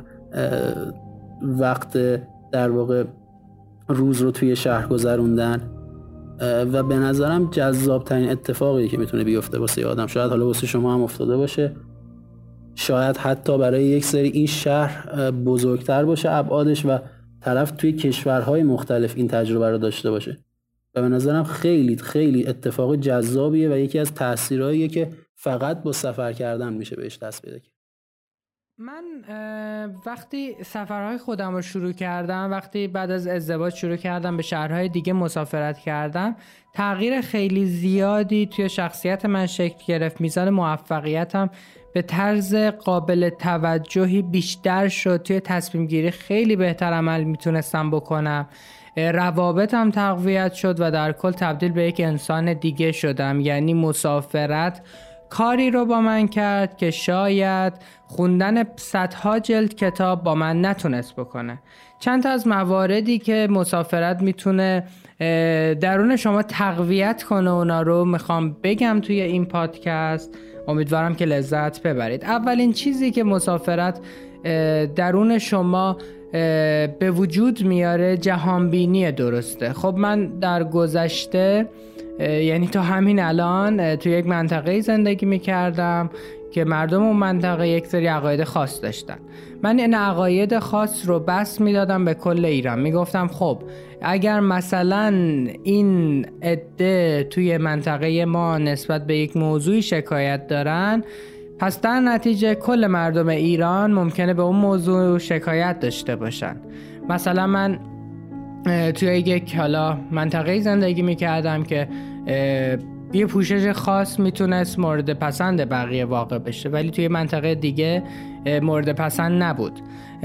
وقت در واقع روز رو توی شهر گذروندن و به نظرم جذاب ترین اتفاقی که میتونه بیفته واسه آدم، شاید حالا واسه شما هم افتاده باشه، شاید حتی برای یک سری این شهر بزرگتر باشه ابعادش و طرف توی کشورهای مختلف این تجربه رو داشته باشه و به نظرم خیلی خیلی اتفاق جذابیه و یکی از تأثیرهاییه که فقط با سفر کردن میشه بهش دست پیدا کرد. من وقتی سفرهای خودم رو شروع کردم، وقتی بعد از ازدواج شروع کردم به شهرهای دیگه مسافرت کردم، تغییر خیلی زیادی توی شخصیت من شکل گرفت. میزان موفقیتم به طرز قابل توجهی بیشتر شد. توی تصمیم گیری خیلی بهتر عمل میتونستم بکنم. روابطم تقویت شد و در کل تبدیل به یک انسان دیگه شدم. یعنی مسافرت کاری رو با من کرد که شاید خوندن صدها جلد کتاب با من نتونست بکنه. چند تا از مواردی که مسافرت میتونه درون شما تقویت کنه اونا رو میخوام بگم توی این پادکست. امیدوارم که لذت ببرید. اولین چیزی که مسافرت درون شما به وجود میاره جهانبینی درسته. خب من در گذشته یعنی تا همین الان توی یک منطقه زندگی میکردم که مردم اون منطقه یک سری عقاید خاص داشتن. من این عقاید خاص رو بس میدادم به کل ایران. میگفتم خب اگر مثلا این عده توی منطقه ما نسبت به یک موضوعی شکایت دارن، پس در نتیجه کل مردم ایران ممکنه به اون موضوع شکایت داشته باشن. مثلا من توی یک حالا منطقه زندگی میکردم که یه پوشش خاص میتونست مورد پسند بقیه واقع بشه ولی توی منطقه دیگه مورد پسند نبود.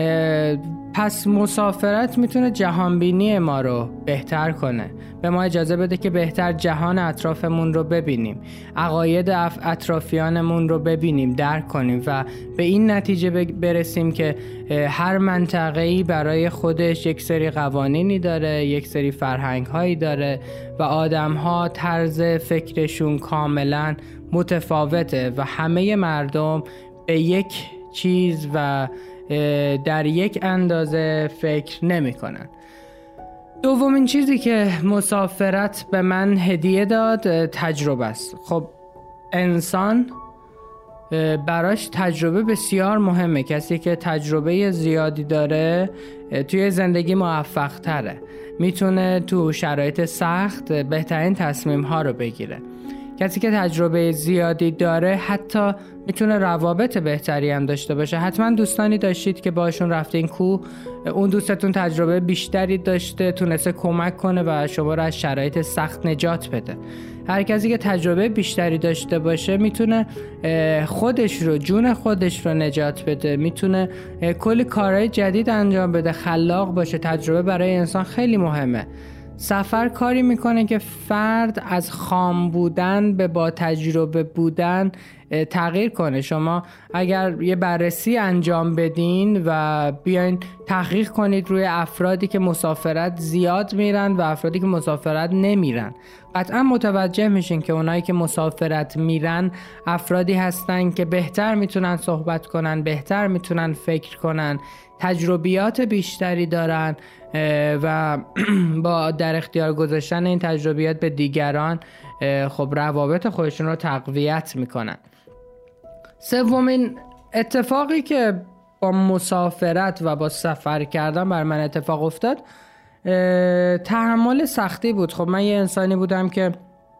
پس مسافرت میتونه جهانبینی ما رو بهتر کنه، به ما اجازه بده که بهتر جهان اطرافمون رو ببینیم، عقاید اطرافیانمون رو ببینیم، درک کنیم و به این نتیجه برسیم که هر منطقه‌ای برای خودش یک سری قوانینی داره، یک سری فرهنگ‌هایی داره و آدم‌ها طرز فکرشون کاملاً متفاوته و همه مردم به یک چیز و در یک اندازه فکر نمی کنن. دومین چیزی که مسافرت به من هدیه داد تجربه است. خب انسان براش تجربه بسیار مهمه. کسی که تجربه زیادی داره توی زندگی موفق تره، میتونه تو شرایط سخت بهترین تصمیم ها رو بگیره. کسی که تجربه زیادی داره حتی میتونه روابط بهتری هم داشته باشه. حتما دوستانی داشتید که باشون رفتین کوه، اون دوستتون تجربه بیشتری داشته، تونسته کمک کنه و شما رو از شرایط سخت نجات بده. هر کسی که تجربه بیشتری داشته باشه میتونه خودش رو، جون خودش رو نجات بده، میتونه کلی کارهای جدید انجام بده، خلاق باشه. تجربه برای انسان خیلی مهمه. سفر کاری میکنه که فرد از خام بودن به با تجربه بودن تغییر کنه. شما اگر یه بررسی انجام بدین و بیاین تحقیق کنید روی افرادی که مسافرت زیاد میرن و افرادی که مسافرت نمیرن، قطعا متوجه میشین که اونایی که مسافرت میرن افرادی هستن که بهتر میتونن صحبت کنن، بهتر میتونن فکر کنن، تجربیات بیشتری دارن و با در اختیار گذاشتن این تجربیات به دیگران خب روابط خودشون رو تقویت میکنن. سومین اتفاقی که با مسافرت و با سفر کردن بر من اتفاق افتاد تحمل سختی بود. خب من یه انسانی بودم که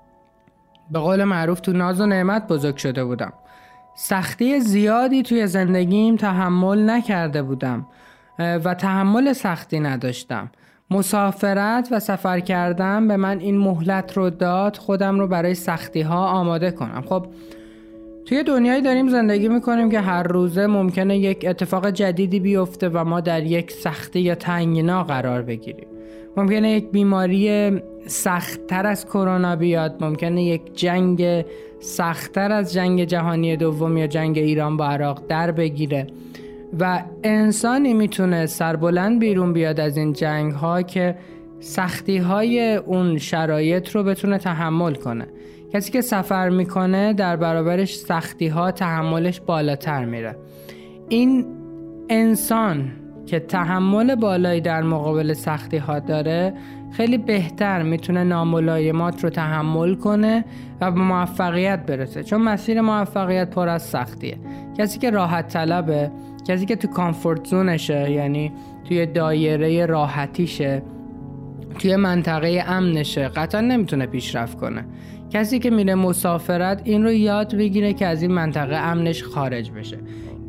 به قول معروف تو ناز و نعمت بزرگ شده بودم. سختی زیادی توی زندگیم تحمل نکرده بودم و تحمل سختی نداشتم. مسافرت و سفر کردن به من این مهلت رو داد خودم رو برای سختی ها آماده کنم. خب توی دنیایی داریم زندگی میکنیم که هر روزه ممکنه یک اتفاق جدیدی بیفته و ما در یک سختی یا تنگنا قرار بگیریم. ممکنه یک بیماری سخت‌تر از کرونا بیاد، ممکنه یک جنگ سخت‌تر از جنگ جهانی دوم یا جنگ ایران با عراق در بگیره و انسانی میتونه سربلند بیرون بیاد از این جنگ ها که سختی های اون شرایط رو بتونه تحمل کنه. کسی که سفر میکنه در برابرش سختی ها تحملش بالاتر میره. این انسان که تحمل بالایی در مقابل سختی ها داره خیلی بهتر میتونه ناملایمات رو تحمل کنه و به موفقیت برسه، چون مسیر موفقیت پر از سختیه. کسی که راحت طلبه، کسی که تو کامفورت زونشه، یعنی توی دایره راحتیشه، توی منطقه امنشه، قطعا نمیتونه پیشرفت کنه. کسی که میره مسافرت این رو یاد بگیره که از این منطقه امنش خارج بشه،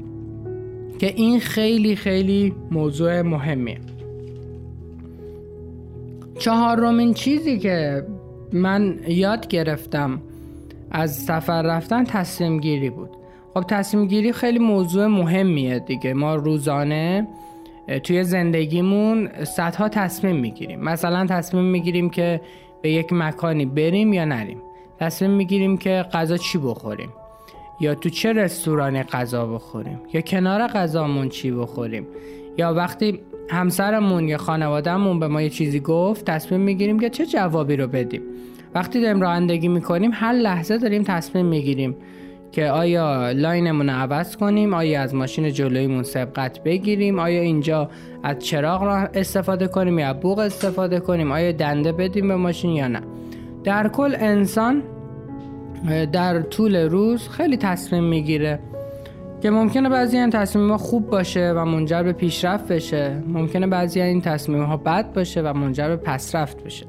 که این خیلی خیلی موضوع مهمیه. چهارمین چیزی که من یاد گرفتم از سفر رفتن تصمیم گیری بود. خب تصمیم گیری خیلی موضوع مهمیه دیگه. ما روزانه توی زندگیمون صدها تصمیم میگیریم. مثلا تصمیم میگیریم که به یک مکانی بریم یا نریم، تصمیم میگیریم که غذا چی بخوریم یا تو چه رستورانی غذا بخوریم یا کنار غذامون چی بخوریم، یا وقتی همسرمون یا خانوادهمون به ما یه چیزی گفت تصمیم میگیریم که چه جوابی رو بدیم. وقتی داریم رانندگی میکنیم هر لحظه داریم تصمیم میگیریم که آیا لاینمون رو عوض کنیم، آیا از ماشین جلویمون سبقت بگیریم، آیا اینجا از چراغ استفاده کنیم یا بوق استفاده کنیم، آیا دنده بدیم به ماشین یا نه. در کل انسان در طول روز خیلی تصمیم میگیره که ممکنه بعضی این تصمیم ها خوب باشه و منجر به پیشرفت بشه، ممکنه بعضی این تصمیم ها بد باشه و منجر به پسرفت بشه.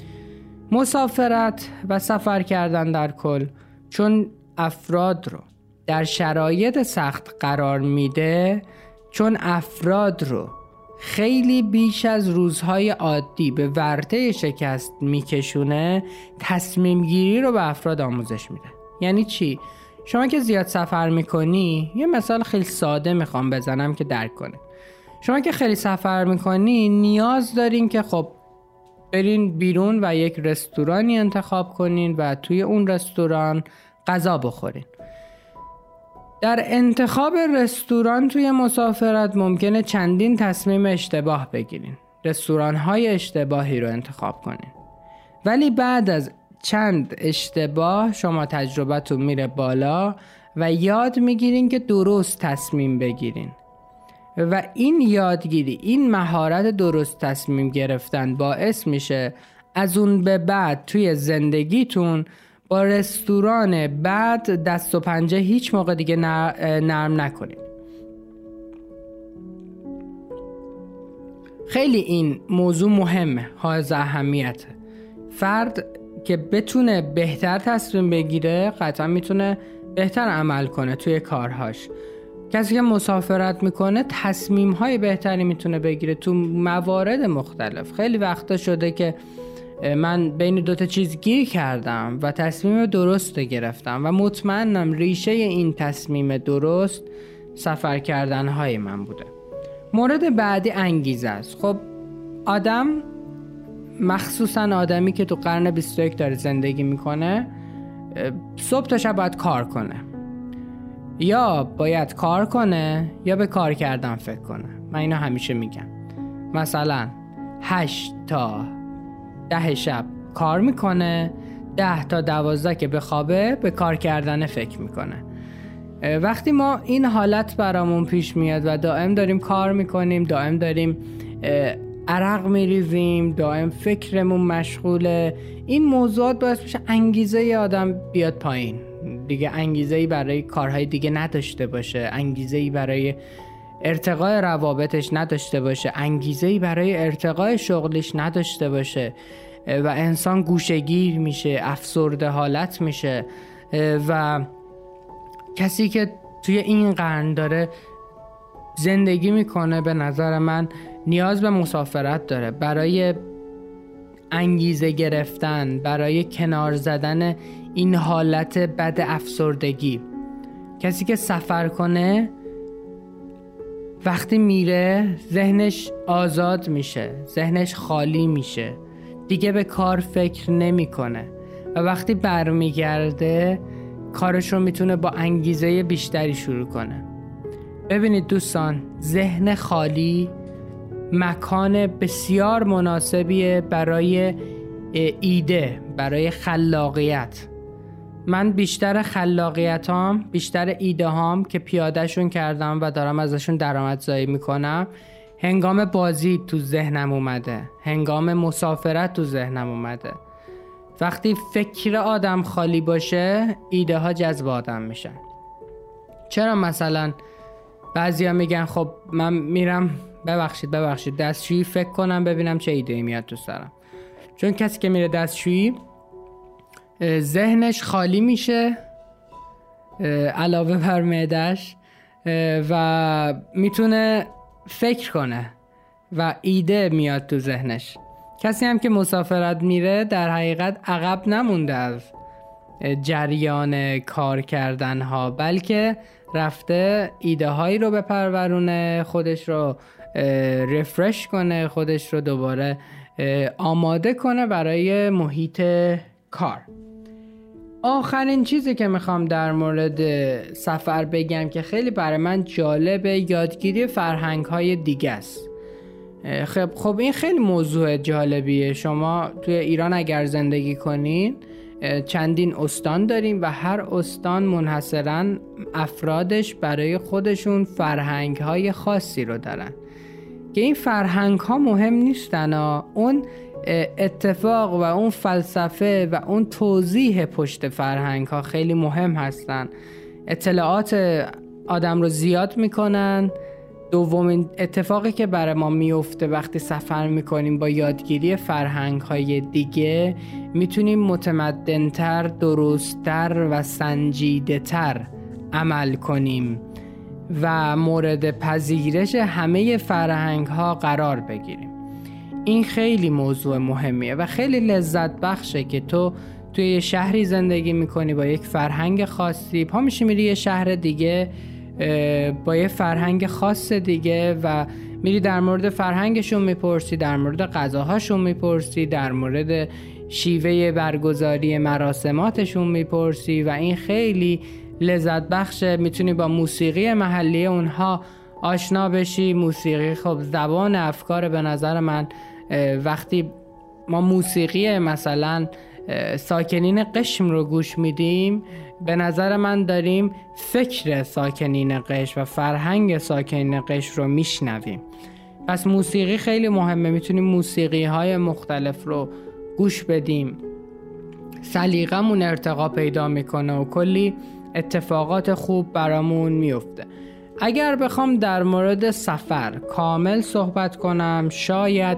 مسافرت و سفر کردن در کل چون افراد رو در شرایط سخت قرار میده، چون افراد رو خیلی بیش از روزهای عادی به ورطه شکست میکشونه، تصمیم گیری رو به افراد آموزش میده. یعنی چی؟ شما که زیاد سفر میکنی، یه مثال خیلی ساده میخوام بزنم که درک کنه. شما که خیلی سفر میکنی نیاز دارین که خب برین بیرون و یک رستورانی انتخاب کنین و توی اون رستوران غذا بخورین. در انتخاب رستوران توی مسافرت ممکنه چندین تصمیم اشتباه بگیرین، رستوران‌های اشتباهی رو انتخاب کنین، ولی بعد از چند اشتباه شما تجربتون میره بالا و یاد میگیرین که درست تصمیم بگیرین و این یادگیری، این مهارت درست تصمیم گرفتن باعث میشه از اون به بعد توی زندگیتون با رستوران بعد دست و پنجه هیچ موقع دیگه نرم نکنید. خیلی این موضوع مهمه، حائز اهمیته. فرد که بتونه بهتر تصمیم بگیره قطعا میتونه بهتر عمل کنه توی کارهاش. کسی که مسافرت میکنه تصمیم‌های بهتری میتونه بگیره تو موارد مختلف. خیلی وقتا شده که من بین دوتا چیز گیر کردم و تصمیم درست گرفتم و مطمئنم ریشه این تصمیم درست سفر کردن‌های من بوده. مورد بعدی انگیزه است. خب آدم مخصوصا آدمی که تو قرن بیست و یک داره زندگی میکنه صبح تا شب باید کار کنه، یا باید کار کنه یا به کار کردن فکر کنه. من اینو همیشه میگم. مثلا هشت تا ده شب کار میکنه، ده تا دوازده که بخوابه به کار کردن فکر میکنه. وقتی ما این حالت برامون پیش میاد و دائم داریم کار میکنیم، دائم داریم عرق میریزیم، دائم فکرمون مشغوله، این موضوعات باعث میشه انگیزه ی آدم بیاد پایین دیگه، انگیزه‌ای برای کارهای دیگه نداشته باشه، انگیزه‌ای برای ارتقاء روابطش نداشته باشه، انگیزه‌ای برای ارتقاء شغلش نداشته باشه و انسان گوشه‌گیر میشه، افسرده حالت میشه. و کسی که توی این قرن داره زندگی میکنه به نظر من نیاز به مسافرت داره، برای انگیزه گرفتن، برای کنار زدن این حالت بد افسردگی. کسی که سفر کنه وقتی میره ذهنش آزاد میشه، ذهنش خالی میشه، دیگه به کار فکر نمیکنه و وقتی برمیگرده کارش رو میتونه با انگیزه بیشتری شروع کنه. ببینید دوستان، ذهن خالی مکان بسیار مناسبیه برای ایده، برای خلاقیت. من بیشتر خلاقیتام، بیشتر ایده هام که پیاده شون کردم و دارم ازشون درآمدزایی میکنم، هنگام بازی تو ذهنم اومده، هنگام مسافرت تو ذهنم اومده. وقتی فکر آدم خالی باشه ایده ها جذب آدم میشن. چرا مثلا بعضیا میگن خب من میرم ببخشید ببخشید دستشویی فکر کنم ببینم چه ایده‌ای میاد تو سرم؟ چون کسی که میره دستشویی ذهنش خالی میشه علاوه بر معده‌اش و میتونه فکر کنه و ایده میاد تو ذهنش. کسی هم که مسافرت میره در حقیقت عقب نمونده از جریان کار کردن ها، بلکه رفته ایده هایی رو بپرورونه، خودش رو رفرش کنه، خودش رو دوباره آماده کنه برای محیط کار. آخرین چیزی که میخوام در مورد سفر بگم که خیلی برای من جالبه، یادگیری فرهنگ های دیگه است. خب خب این خیلی موضوع جالبیه. شما توی ایران اگر زندگی کنین چندین استان داریم و هر استان منحصراً افرادش برای خودشون فرهنگ های خاصی رو دارن که این فرهنگ ها مهم نیستن، اون اتفاق و اون فلسفه و اون توضیح پشت فرهنگ ها خیلی مهم هستن. اطلاعات آدم رو زیاد میکنن. دومین اتفاقی که برای ما میفته وقتی سفر میکنیم با یادگیری فرهنگ های دیگه، میتونیم متمدنتر، درستتر و سنجیده تر عمل کنیم و مورد پذیرش همه فرهنگ ها قرار بگیریم. این خیلی موضوع مهمیه و خیلی لذت بخشه که تو توی یه شهری زندگی میکنی با یک فرهنگ خاصی، پا میشی میری یه شهر دیگه با یه فرهنگ خاص دیگه و میری در مورد فرهنگشون میپرسی، در مورد غذاهاشون میپرسی، در مورد شیوه برگزاری مراسماتشون میپرسی و این خیلی لذت بخشه. میتونی با موسیقی محلی اونها آشنا بشی. موسیقی خب زبان افکار. به نظر من وقتی ما موسیقی مثلا ساکنین قشم رو گوش میدیم، به نظر من داریم فکر ساکنین قشم و فرهنگ ساکنین قشم رو میشنویم. پس موسیقی خیلی مهمه. میتونیم موسیقی های مختلف رو گوش بدیم، سلیقمون ارتقا پیدا میکنه و کلی اتفاقات خوب برامون میفته. اگر بخوام در مورد سفر کامل صحبت کنم شاید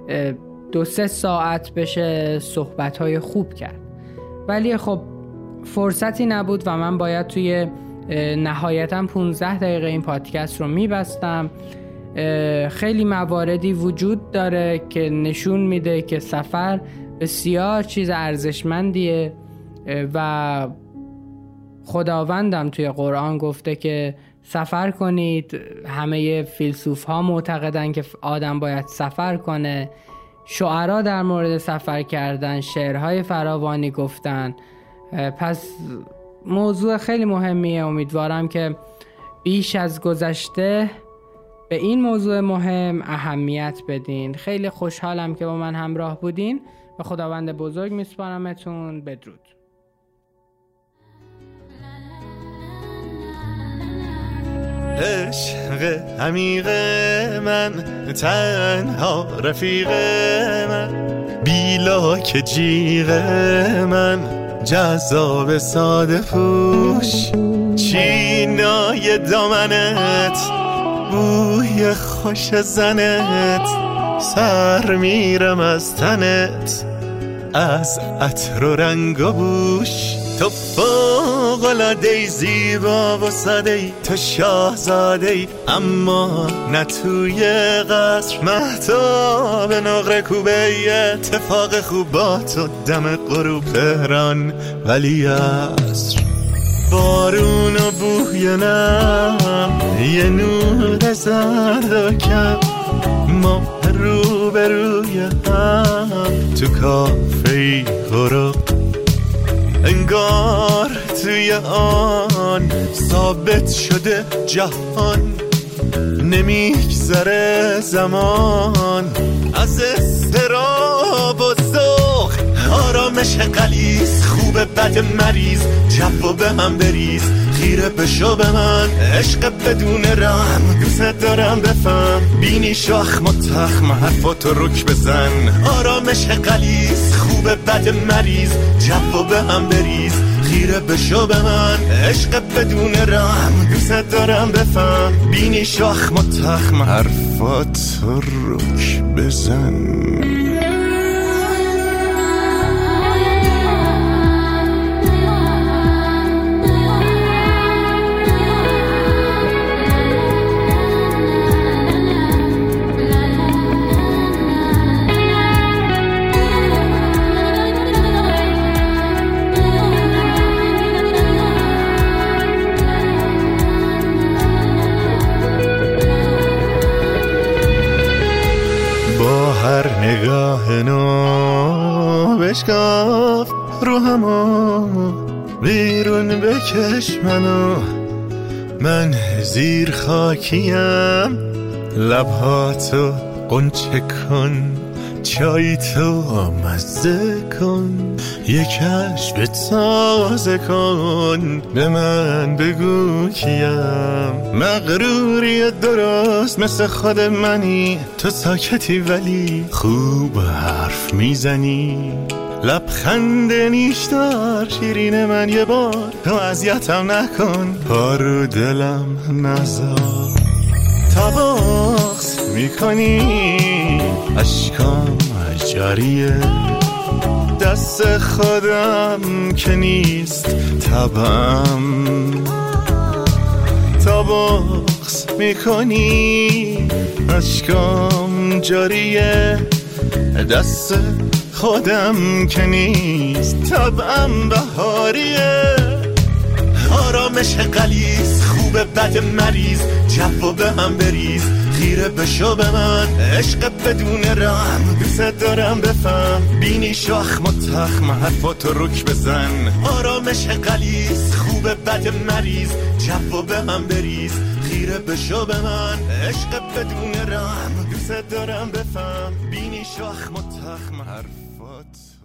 دو سه ساعت بشه صحبت‌های خوب کرد، ولی خب فرصتی نبود و من باید توی نهایتاً پانزده دقیقه این پادکست رو میبستم. خیلی مواردی وجود داره که نشون میده که سفر بسیار چیز ارزشمندیه و خداوندم توی قرآن گفته که سفر کنید. همه فیلسوف ها معتقدن که آدم باید سفر کنه. شعرا در مورد سفر کردن شعرهای فراوانی گفتن. پس موضوع خیلی مهمیه. امیدوارم که بیش از گذشته به این موضوع مهم اهمیت بدین. خیلی خوشحالم که با من همراه بودین. به خداوند بزرگ میسپارمتون. بدرود. عشق عمیق من، تنها رفیق من، بیلاک جیغ من، جذاب ساده پوش، چینای دامنت، بوی خوش زنت، سر میرم از تنت، از عطر و رنگ و بوش. تو فوق‌العاده‌ای زیبا و ساده‌ای، تو شاهزاده‌ای اما نه توی قصر، مهتاب نقره کوبه اتفاق خوب با تو دم غروب تهران ولی عصر. بارون و بوی نم، یه نور زرد و کم، ما رو به روی هم تو کافه‌ای غروب، انگار توی آن ثابت شده جهان، نمیگذره زمان از اضطراب و ذوق. آرامش غلیظ خوبه بد مریض، جو به هم بریز، خیره بشو به من، عشق بدون رحم، دوست دارم بفهم، بینی شاخ متخم، حرفاتو رک بزن. آرامش غلیظ خوبه بد مریض، جو به هم بریز، خیره بشو به من، عشق بدون رحم، دوست دارم بفهم، بینی شاخ متخم، حرفاتو رک بزن. هر نگاه نو بشکاف رو همو، بیرون بکش منو، من زیر خاکیم، لبهاتو قنچه کن، چای تو مزه کن، یک کشف تازه کن، به من بگو کیم. مغروری درست مثل خود منی، تو ساکتی ولی خوب حرف میزنی، لبخند نیشدار شیرین من، یه بار تو اذیتم نکن، پارو دلم نذار. تا بغض میکنی اشکام جاریه، دست خودم که نیست طبعم. تا بغض میکنی اشکام جاریه، دست خودم که نیست طبعم بهاریه. آرامش غلیظ خوبه بد مریض، جو به هم بریز، خیره بشو به من، عشق بدون رحم، دوست دارم بفهم، بینی شاخ متخم، حرفاتو رک بزن. آرامش غلیظ خوبه بد مریض، جو به هم بریز، خیره بشو به من، عشق بدون رحم، دوست دارم بفهم، بینی شاخ متخم، حرفات